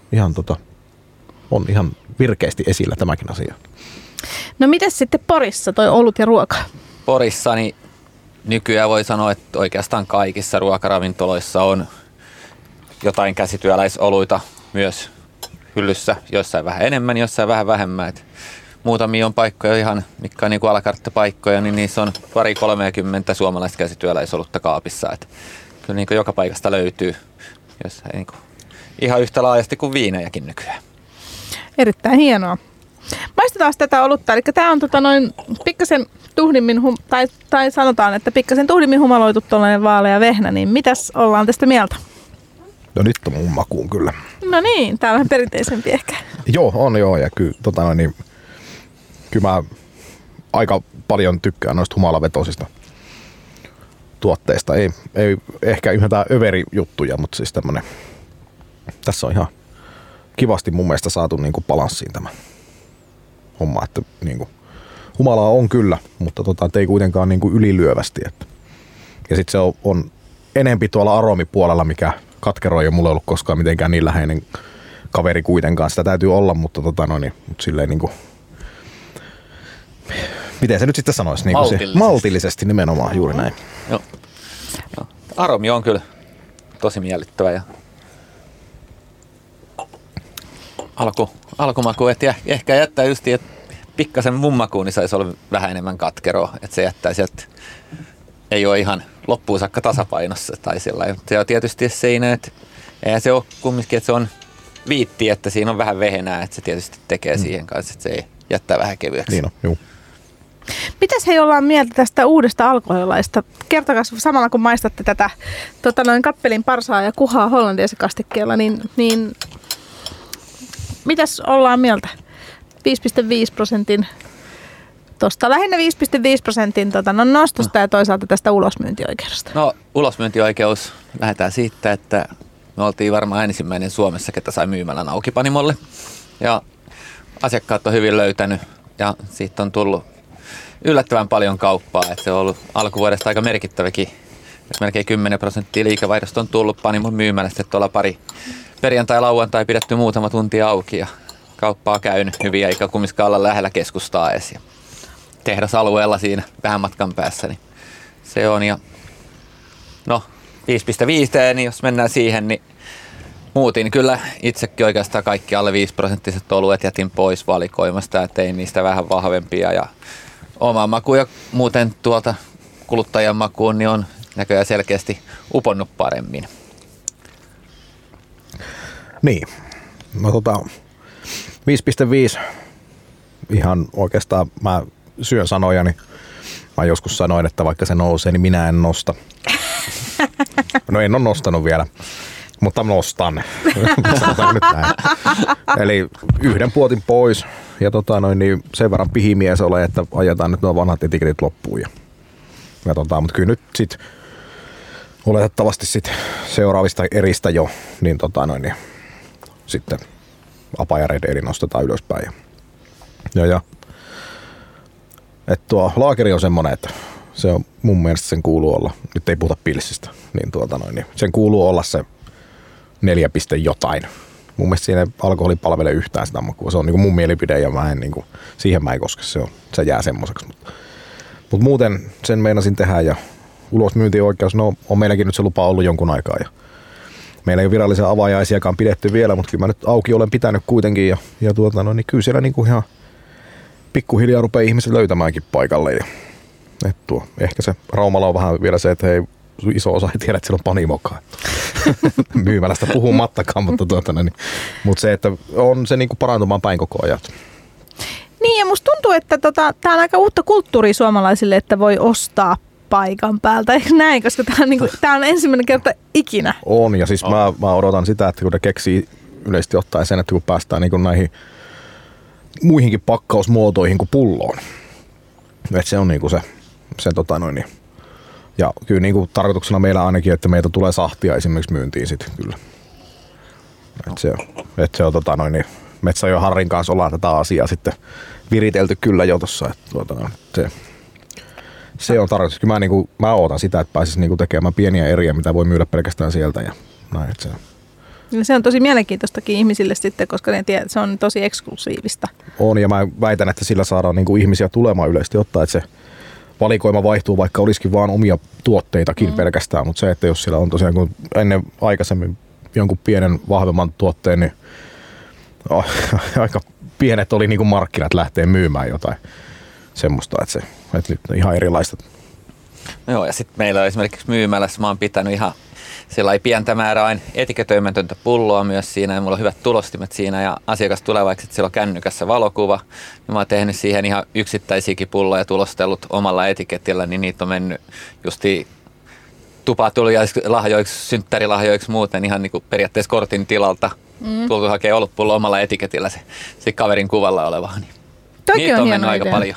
on ihan virkeästi esillä tämäkin asia. No mites sitten Porissa toi olut ja ruoka? Porissa niin nykyään voi sanoa, että oikeastaan kaikissa ruokaravintoloissa on jotain käsityöläisoluita myös hyllyssä, jossain vähän enemmän, jossain vähän vähemmän. Et muutamia on paikkoja ihan, mitkä on niin kuin alakarttapaikkoja, niin niissä on 20-30 suomalaista käsityöläisolutta kaapissa. Et kyllä niin kuin joka paikasta löytyy jossain niin kuin ihan yhtä laajasti kuin viinejäkin nykyään. Erittäin hienoa. Maistetaan tätä olutta. Eli tämä on pikkasen tuhdimmin, tai sanotaan, että pikkasen tuhdimmin humaloitu tuollainen vaalea vehnä, niin mitäs ollaan tästä mieltä? No nyt on mun makuun kyllä. No niin, tää on vähän perinteisempi ehkä. Joo, on joo, ja kyllä, kyllä mä aika paljon tykkään noista humalavetoisista tuotteista. Ei ehkä ihan tää överi juttuja, mutta siis tämmönen, tässä on ihan kivasti mun mielestä saatu niinku balanssiin tämä homma, että niinku humalaa on kyllä, mutta ei kuitenkaan niinku ylilyövästi. Että. Ja sitten se on enempi tuolla aromipuolella, mikä katkero ei ole mulle ollut koskaan mitenkään niin läheinen kaveri kuitenkaan. Sitä täytyy olla, mutta mutta silleen niinku, miten se nyt sitten sanoisi? Niinku maltillisesti nimenomaan, juuri näin. Joo. Aromi on kyllä tosi miellyttävä ja alkumaku, että ehkä jättää just, että pikkasen mun makuun niin saisi olla vähän enemmän katkeroa, että se jättää sieltä, ei ole ihan loppuun saakka tasapainossa tai sellainen. Se on tietysti seinä, että eihän se ole kumminkin, että se on viitti, että siinä on vähän vehenää, että se tietysti tekee siihen kanssa, että se ei jättää vähän kevyeksi. Niin on, juu. Mitäs hei ollaan mieltä tästä uudesta alkoholilaista? Kertokaa samalla kun maistatte tätä kappelin parsaa ja kuhaa hollandaisen kastikkeella, niin mitäs ollaan mieltä? 5,5% tuosta, lähinnä 5,5% nostosta ja toisaalta tästä ulosmyyntioikeudesta. No ulosmyyntioikeus, lähdetään siitä, että me oltiin varmaan ensimmäinen Suomessa, ketä sai myymälän auki panimolle. Ja asiakkaat on hyvin löytänyt ja siitä on tullut yllättävän paljon kauppaa. Että se on ollut alkuvuodesta aika merkittäväkin, että melkein 10% liikevaihdosta on tullut panimon myymälästä. Tuolla pari perjantai-lauantai pidetty muutama tunti auki ja kauppaa käynyt hyvin eikä kumminkaan olla lähellä keskustaa edes. Tehdasalueella siinä vähän matkan päässä, niin se on. Ja no 5,5, niin jos mennään siihen, niin muutin kyllä itsekin oikeastaan kaikki alle 5% oluet jätin pois valikoimasta ja tein niistä vähän vahvempia. Ja oma maku ja muuten tuolta kuluttajan makuun niin on näköjään selkeästi uponnut paremmin. Niin, no 5,5 ihan oikeastaan mä syön sanojani. Mä joskus sanoin, että vaikka se nousee, niin minä en nosta. No en ole nostanut vielä, mutta nostan. Nyt näin. Eli yhden puotin pois ja niin sen verran pihimies ole, että ajetaan nyt nuo vanhat etiketit loppuun. Mutta kyllä nyt sit oletettavasti sit seuraavista eristä jo, niin, niin sitten apa ja red eli nostetaan ylöspäin. Ja että tuo laakeri on semmoinen, että se on mun mielestä sen kuuluu olla, nyt ei puhuta pilsistä, niin sen kuuluu olla se 4 jotain. Mun mielestä siinä ei alkoholi palvele yhtään sitä makua. Se on mun mielipide ja mä en, siihen mä ei koske, se jää semmoiseksi. Mutta muuten sen meinasin tehdä ja ulosmyyntioikeus, no on meilläkin nyt se lupa ollut jonkun aikaa. Ja meillä ei ole virallisia avaajaisiakaan pidetty vielä, mutta kyllä mä nyt auki olen pitänyt kuitenkin ja niin kyllä siellä ihan pikkuhiljaa rupeaa ihmiset löytämäänkin paikalle. Ehkä se Raumalla on vähän vielä se, että hei, iso osa ei tiedä, että siellä on panimokaa. Myymälästä puhumattakaan, mutta mutta se, että on se parantumaan päin koko ajan. Niin ja musta tuntuu, että tää on aika uutta kulttuuria suomalaisille, että voi ostaa paikan päältä, eikö näin? Koska tää on ensimmäinen kerta ikinä. On ja siis mä odotan sitä, että kun ne keksii yleisesti ottaen sen, että kun päästään näihin muihinkin pakkausmuotoihin kuin pulloon. Että se on se ja kyllä tarkoituksena meillä ainakin, että meitä tulee sahtia esimerkiksi myyntiin sitten kyllä. Että se on Metsä jo Harrin kanssa ollaan tätä asiaa sitten viritelty kyllä jo tossa. Se on tarkoitus. Kyllä mä ootan sitä, että pääsis tekemään pieniä eriä, mitä voi myydä pelkästään sieltä ja näin. Se on tosi mielenkiintoistakin ihmisille sitten, koska ne tiedät, se on tosi eksklusiivista. On ja mä väitän, että sillä saadaan ihmisiä tulemaan yleisesti ottaa, että se valikoima vaihtuu, vaikka olisikin vaan omia tuotteitakin pelkästään, mutta se, että jos siellä on tosiaan kun ennen aikaisemmin jonkun pienen vahvemman tuotteen, niin aika pienet oli markkinat lähtee myymään jotain semmoista, että nyt on ihan erilaista. Joo, ja sitten meillä on esimerkiksi myymälässä, mä oon pitänyt ihan sillä ei pientä määrää aina etiketöimätöntä pulloa myös siinä ja mulla on hyvät tulostimet siinä ja asiakas tulee vaikka, että sillä on kännykässä valokuva. Ja mä oon tehnyt siihen ihan yksittäisiäkin pulloja tulostellut omalla etiketillä, niin niitä on mennyt justiin tupatuliaislahjoiksi, synttärilahjoiksi muuten ihan niin kuin periaatteessa kortin tilalta. Tultu hakee olutpullo omalla etiketillä se kaverin kuvalla oleva. Niin niitä on mennyt aika paljon.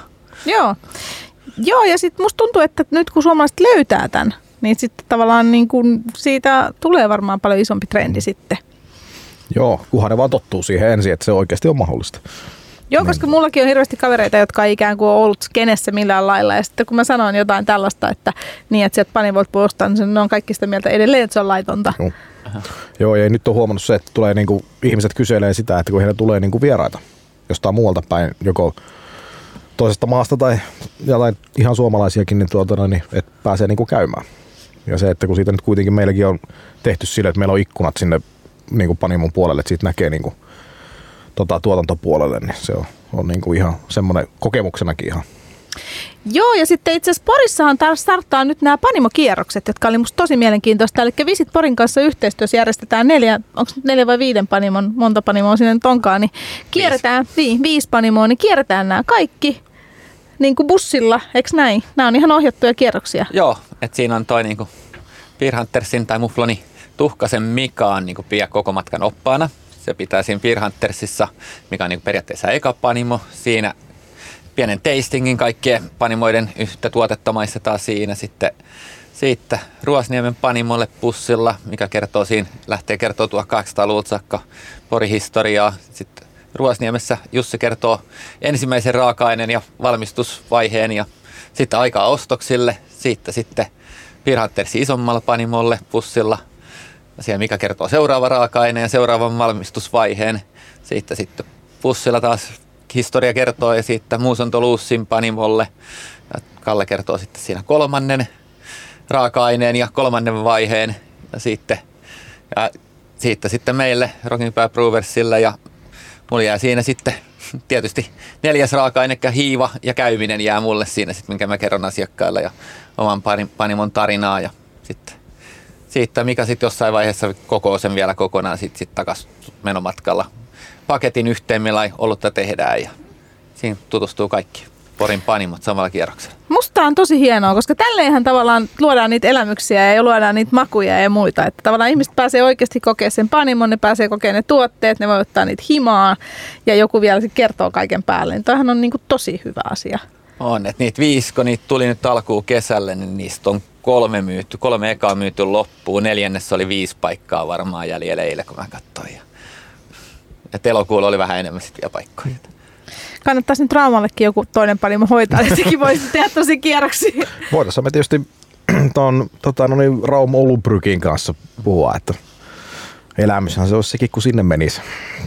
Joo, ja sitten musta tuntuu, että nyt kun suomalaiset löytää tämän, niin sitten tavallaan niin kun siitä tulee varmaan paljon isompi trendi sitten. Joo, kunhan ne vaan tottuu siihen ensin, että se oikeasti on mahdollista. Joo, koska mullakin on hirveästi kavereita, jotka ei ikään kuin ole ollut skenessä millään lailla. Ja sitten kun mä sanon jotain tällaista, että niin, että sieltä Panivolt voi ostaa, niin ne on kaikki sitä mieltä edelleen, että se on laitonta. Joo, ja nyt on huomannut se, että tulee niinku, ihmiset kyselee sitä, että kun heille tulee niinku vieraita jostain muualta päin, joko toisesta maasta tai jotain ihan suomalaisiakin, niin että pääsee niinku käymään. Ja se, että kun siitä nyt kuitenkin meilläkin on tehty sille, että meillä on ikkunat sinne niinku Panimon puolelle, että siitä näkee niinku tuotantopuolelle, niin se on niinku ihan semmoinen kokemuksenakin ihan. Joo, ja sitten itse asiassa Porissahan starttaa nyt nämä Panimo-kierrokset, jotka oli musta tosi mielenkiintoista. Eli Visit Porin kanssa yhteistyössä järjestetään 4 vai 5 Panimon, monta Panimoa sinne nyt onkaan, niin kierretään 5 Panimoa, niin kierretään nämä kaikki niin kuin bussilla, eikö näin? Nämä on ihan ohjattuja kierroksia. Joo, että siinä on toi niinku Beer Huntersin tai Mufloni Tuhkasen Mika on niinku pidä koko matkan oppaana. Se pitää siinä Beer Huntersissa, mikä on niinku periaatteessa eka Panimo. Siinä pienen tastingin kaikkien panimoiden yhtä tuotetta maistetaan siinä. Sitten siitä Ruosniemen Panimolle bussilla, mikä kertoo siinä, lähtee kertoo 1800-luvulta saakka Pori-historiaa. Sitten Ruosniemessä Jussi kertoo ensimmäisen raaka-aineen ja valmistusvaiheen ja sitten aikaa ostoksille. Siitä sitten Beer Huntersin isommalla Panimolle bussilla. Siellä Mika kertoo seuraava raaka-aineen ja seuraavan valmistusvaiheen. Siitä sitten bussilla taas historia kertoo ja siitä Muuson Luussin Panimolle. Ja Kalle kertoo sitten siinä 3. raaka-aineen ja 3. vaiheen. Ja siitä sitten meille Rockinpää Brewersille ja mulla jää siinä sitten tietysti 4. raaka-aine, hiiva ja käyminen jää mulle siinä sitten, minkä mä kerron asiakkaille ja oman Panimon tarinaa ja sitten siitä Mika sitten jossain vaiheessa kokoo sen vielä kokonaan sitten takaisin menomatkalla paketin yhteen, millä olutta tehdään ja siinä tutustuu kaikki Porin Panimot samalla kierroksella. Musta on tosi hienoa, koska tälleenhän tavallaan luodaan niitä elämyksiä ja luodaan niitä makuja ja muita. Että tavallaan ihmiset pääsee oikeasti kokemaan sen Panimon, ne pääsee kokemaan ne tuotteet, ne voi ottaa niitä himaa ja joku vielä kertoo kaiken päälle. Niin toihan on niinku tosi hyvä asia. On, että niitä 5, kun niitä tuli nyt alkuun kesälle, niin niistä on 3 myyty. 3 ekaa myyty loppuun. 4. oli 5 paikkaa varmaan jäljellä eilen, kun mä katsoin. Ja elokuulla oli vähän enemmän sitten vielä paikkoja. Kannattaisi nyt Raumallekin joku toinen Panimo hoitaa, että sekin voisi tehdä tosi kierroksia. Voitaisiin me tietysti Rauma Olubrykin kanssa puhua, että elämyshän se olisi sekin, kun sinne menisi.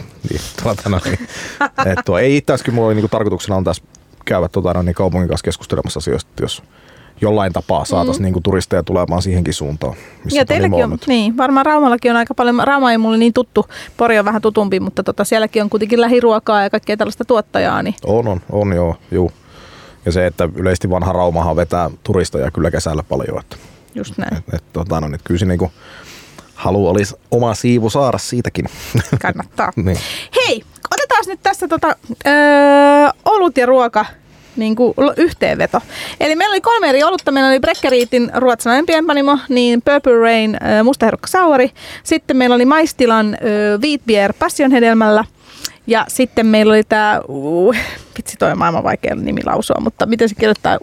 Ei itse asiassa, mulla oli niinku tarkoituksena on tässä käydä kaupungin kanssa keskustelemassa asioista, jos jollain tapaa saataisiin niinku turisteja tulemaan siihenkin suuntaan. Ja teilläkin on, niin, varmaan Raumallakin on aika paljon, Rauma ei mulle niin tuttu, Pori on vähän tutumpi, mutta sielläkin on kuitenkin lähiruokaa ja kaikkea tällaista tuottajaa. Niin. On joo. Ja se, että yleisesti vanha Raumahan vetää turisteja kyllä kesällä paljon. Että, just näin. Kyllä se niinku halu olisi oma siivu saada siitäkin. Kannattaa. Niin. Hei, otetaan nyt tässä olut ja ruoka niin kuin yhteenveto. Eli meillä oli 3 eri olutta. Meillä oli Bräckeriitin ruotsalainen pienpanimo, niin Purple Rain mustaherukka sauri. Sitten meillä oli Maistilan Wheat Beer passionhedelmällä. Ja sitten meillä oli tämä, vitsi toi on maailman vaikea nimi lausua, mutta miten se kirjoittaa,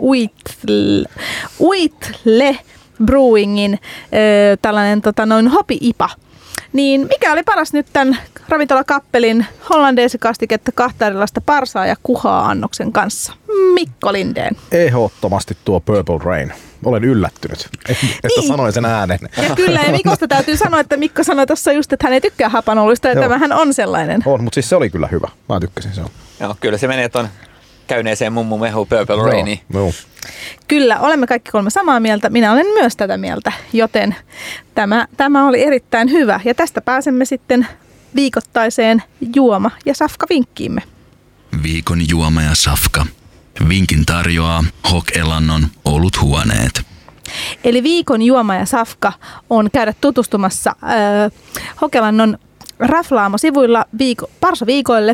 Uitle Brewingin tällainen hopi-ipa. Niin mikä oli paras nyt tämän ravintolakappelin hollandeesikastiketta 2 erilaista parsaa ja kuhaa annoksen kanssa? Mikko Lindén. Ehdottomasti tuo Purple Rain. Olen yllättynyt, että sanoin sen äänen. Ja kyllä, ja Mikosta täytyy sanoa, että Mikko sanoi tuossa just, että hän ei tykkää hapanoluista, ja tämähän on sellainen. On, mutta siis se oli kyllä hyvä. Mä tykkäsin sen. Joo, kyllä se menee tuon käyneeseen mummu mehu Purple Rainiin. Joo. Kyllä, olemme kaikki 3 samaa mieltä. Minä olen myös tätä mieltä, joten tämä oli erittäin hyvä. Ja tästä pääsemme sitten viikoittaiseen juoma- ja safka-vinkkiimme. Viikon juoma ja safka. Vinkin tarjoaa Hok Elannon oluthuoneet. Eli viikon juoma ja safka on käydä tutustumassa Hokelannon Raflaamo-sivuilla Parsa-viikoille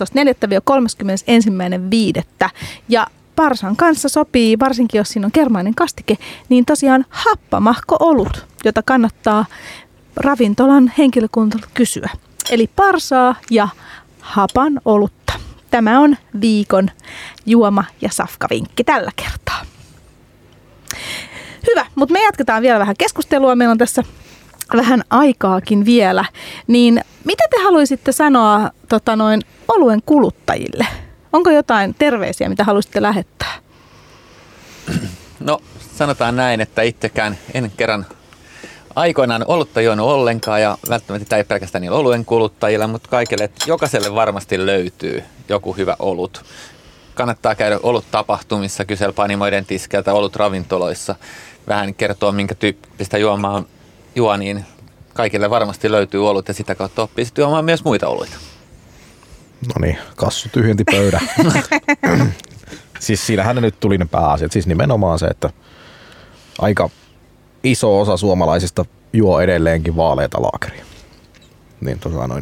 12.4.–31.5. Ja Parsan kanssa sopii, varsinkin jos siinä on kermainen kastike, niin tosiaan happamahko-olut, jota kannattaa ravintolan henkilökuntalta kysyä. Eli Parsaa ja hapan olutta. Tämä on viikon juoma- ja safkavinkki tällä kertaa. Hyvä, mutta me jatketaan vielä vähän keskustelua. Meillä on tässä vähän aikaakin vielä. Niin mitä te haluaisitte sanoa oluen kuluttajille? Onko jotain terveisiä, mitä haluaisitte lähettää? No sanotaan näin, että itsekään en kerran aikoinaan olutta juonut ollenkaan ja välttämättä tämä ei pelkästään niin oluen kuluttajilla, mutta kaikille, että jokaiselle varmasti löytyy joku hyvä olut. Kannattaa käydä olut-tapahtumissa, kysellä panimoiden tiskeltä, olut-ravintoloissa, vähän kertoa minkä tyyppistä juomaa juo, niin kaikille varmasti löytyy olut ja sitä kautta oppii sitten juomaan myös muita oluita. No niin, kassu tyhjenti pöydä. Siis siinähän ne nyt tuli ne pääasiat. Siis nimenomaan se, että aika iso osa suomalaisista juo edelleenkin vaaleita laakeria. Niin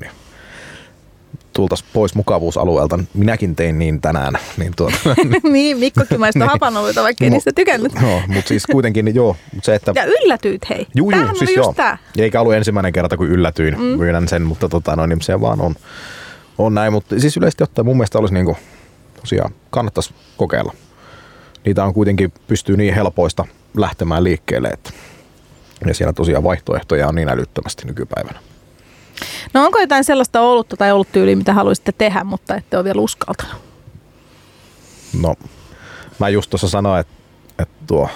tultaisiin pois mukavuusalueelta. Minäkin tein niin tänään. Niin, Mikkokin maistaa hapanoluita, vaikka ei niistä tykännyt. No, mutta siis kuitenkin joo. Se, että ja yllätyit, hei. Tämähän siis joo. Eikä ollut ensimmäinen kerta, kun yllätyin. Myönnän sen, mutta niin se vaan on näin. Mutta siis yleisesti ottaen mun mielestä olisi niinku, tosiaan kannattaisi kokeilla. Niitä on kuitenkin, pystyy niin helpoista lähtemään liikkeelle, että ja siellä tosiaan vaihtoehtoja on niin älyttömästi nykypäivänä. No onko jotain sellaista olutta tai oluttyyliä, mitä haluaisitte tehdä, mutta ette ole vielä uskaltanut? No, mä just tuossa sanoin, että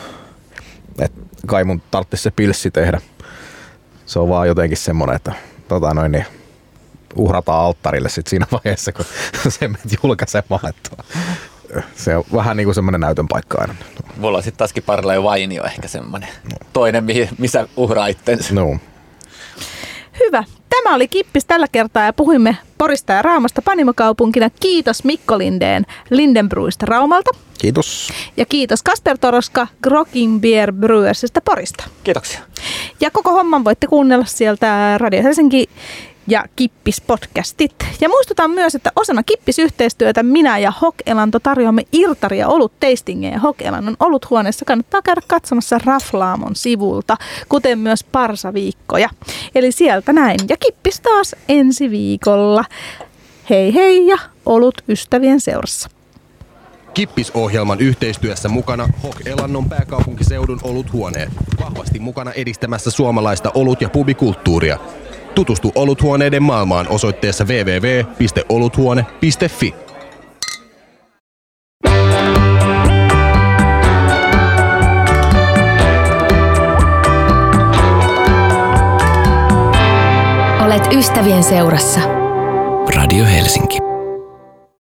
kai mun tarvitsisi se pilssi tehdä. Se on vaan jotenkin semmoinen, että niin uhrataan alttarille sit siinä vaiheessa, kun se menet julkaisemaan. Se on vähän niin kuin semmoinen näytön paikka aina. Mulla on sitten taaskin Parle Vainio ehkä semmoinen toinen, missä uhraa itsensä. No. Hyvä. Tämä oli Kippis tällä kertaa ja puhuimme Porista ja Raumasta panimokaupunkina. Kiitos Mikko Lindén Lindenbrewista Raumalta. Kiitos. Ja kiitos Kasper Toroska Grogin Beer Brewersista Porista. Kiitoksia. Ja koko homman voitte kuunnella sieltä Radio Helsinki ja Kippis-podcastit. Ja muistutan myös, että osana Kippis-yhteistyötä minä ja Hokelanto tarjoamme irtaria olut-tastingeja. Hokelannon oluthuoneessa kannattaa käydä katsomassa Raflaamon sivulta, kuten myös Parsa-viikkoja. Eli sieltä näin. Ja Kippis taas ensi viikolla. Hei hei ja olut ystävien seurassa. Kippis-ohjelman yhteistyössä mukana Hokelannon pääkaupunkiseudun oluthuoneet. Vahvasti mukana edistämässä suomalaista olut- ja pubikulttuuria. Tutustu oluthuoneiden maailmaan osoitteessa www.oluthuone.fi. Olet ystävien seurassa. Radio Helsinki.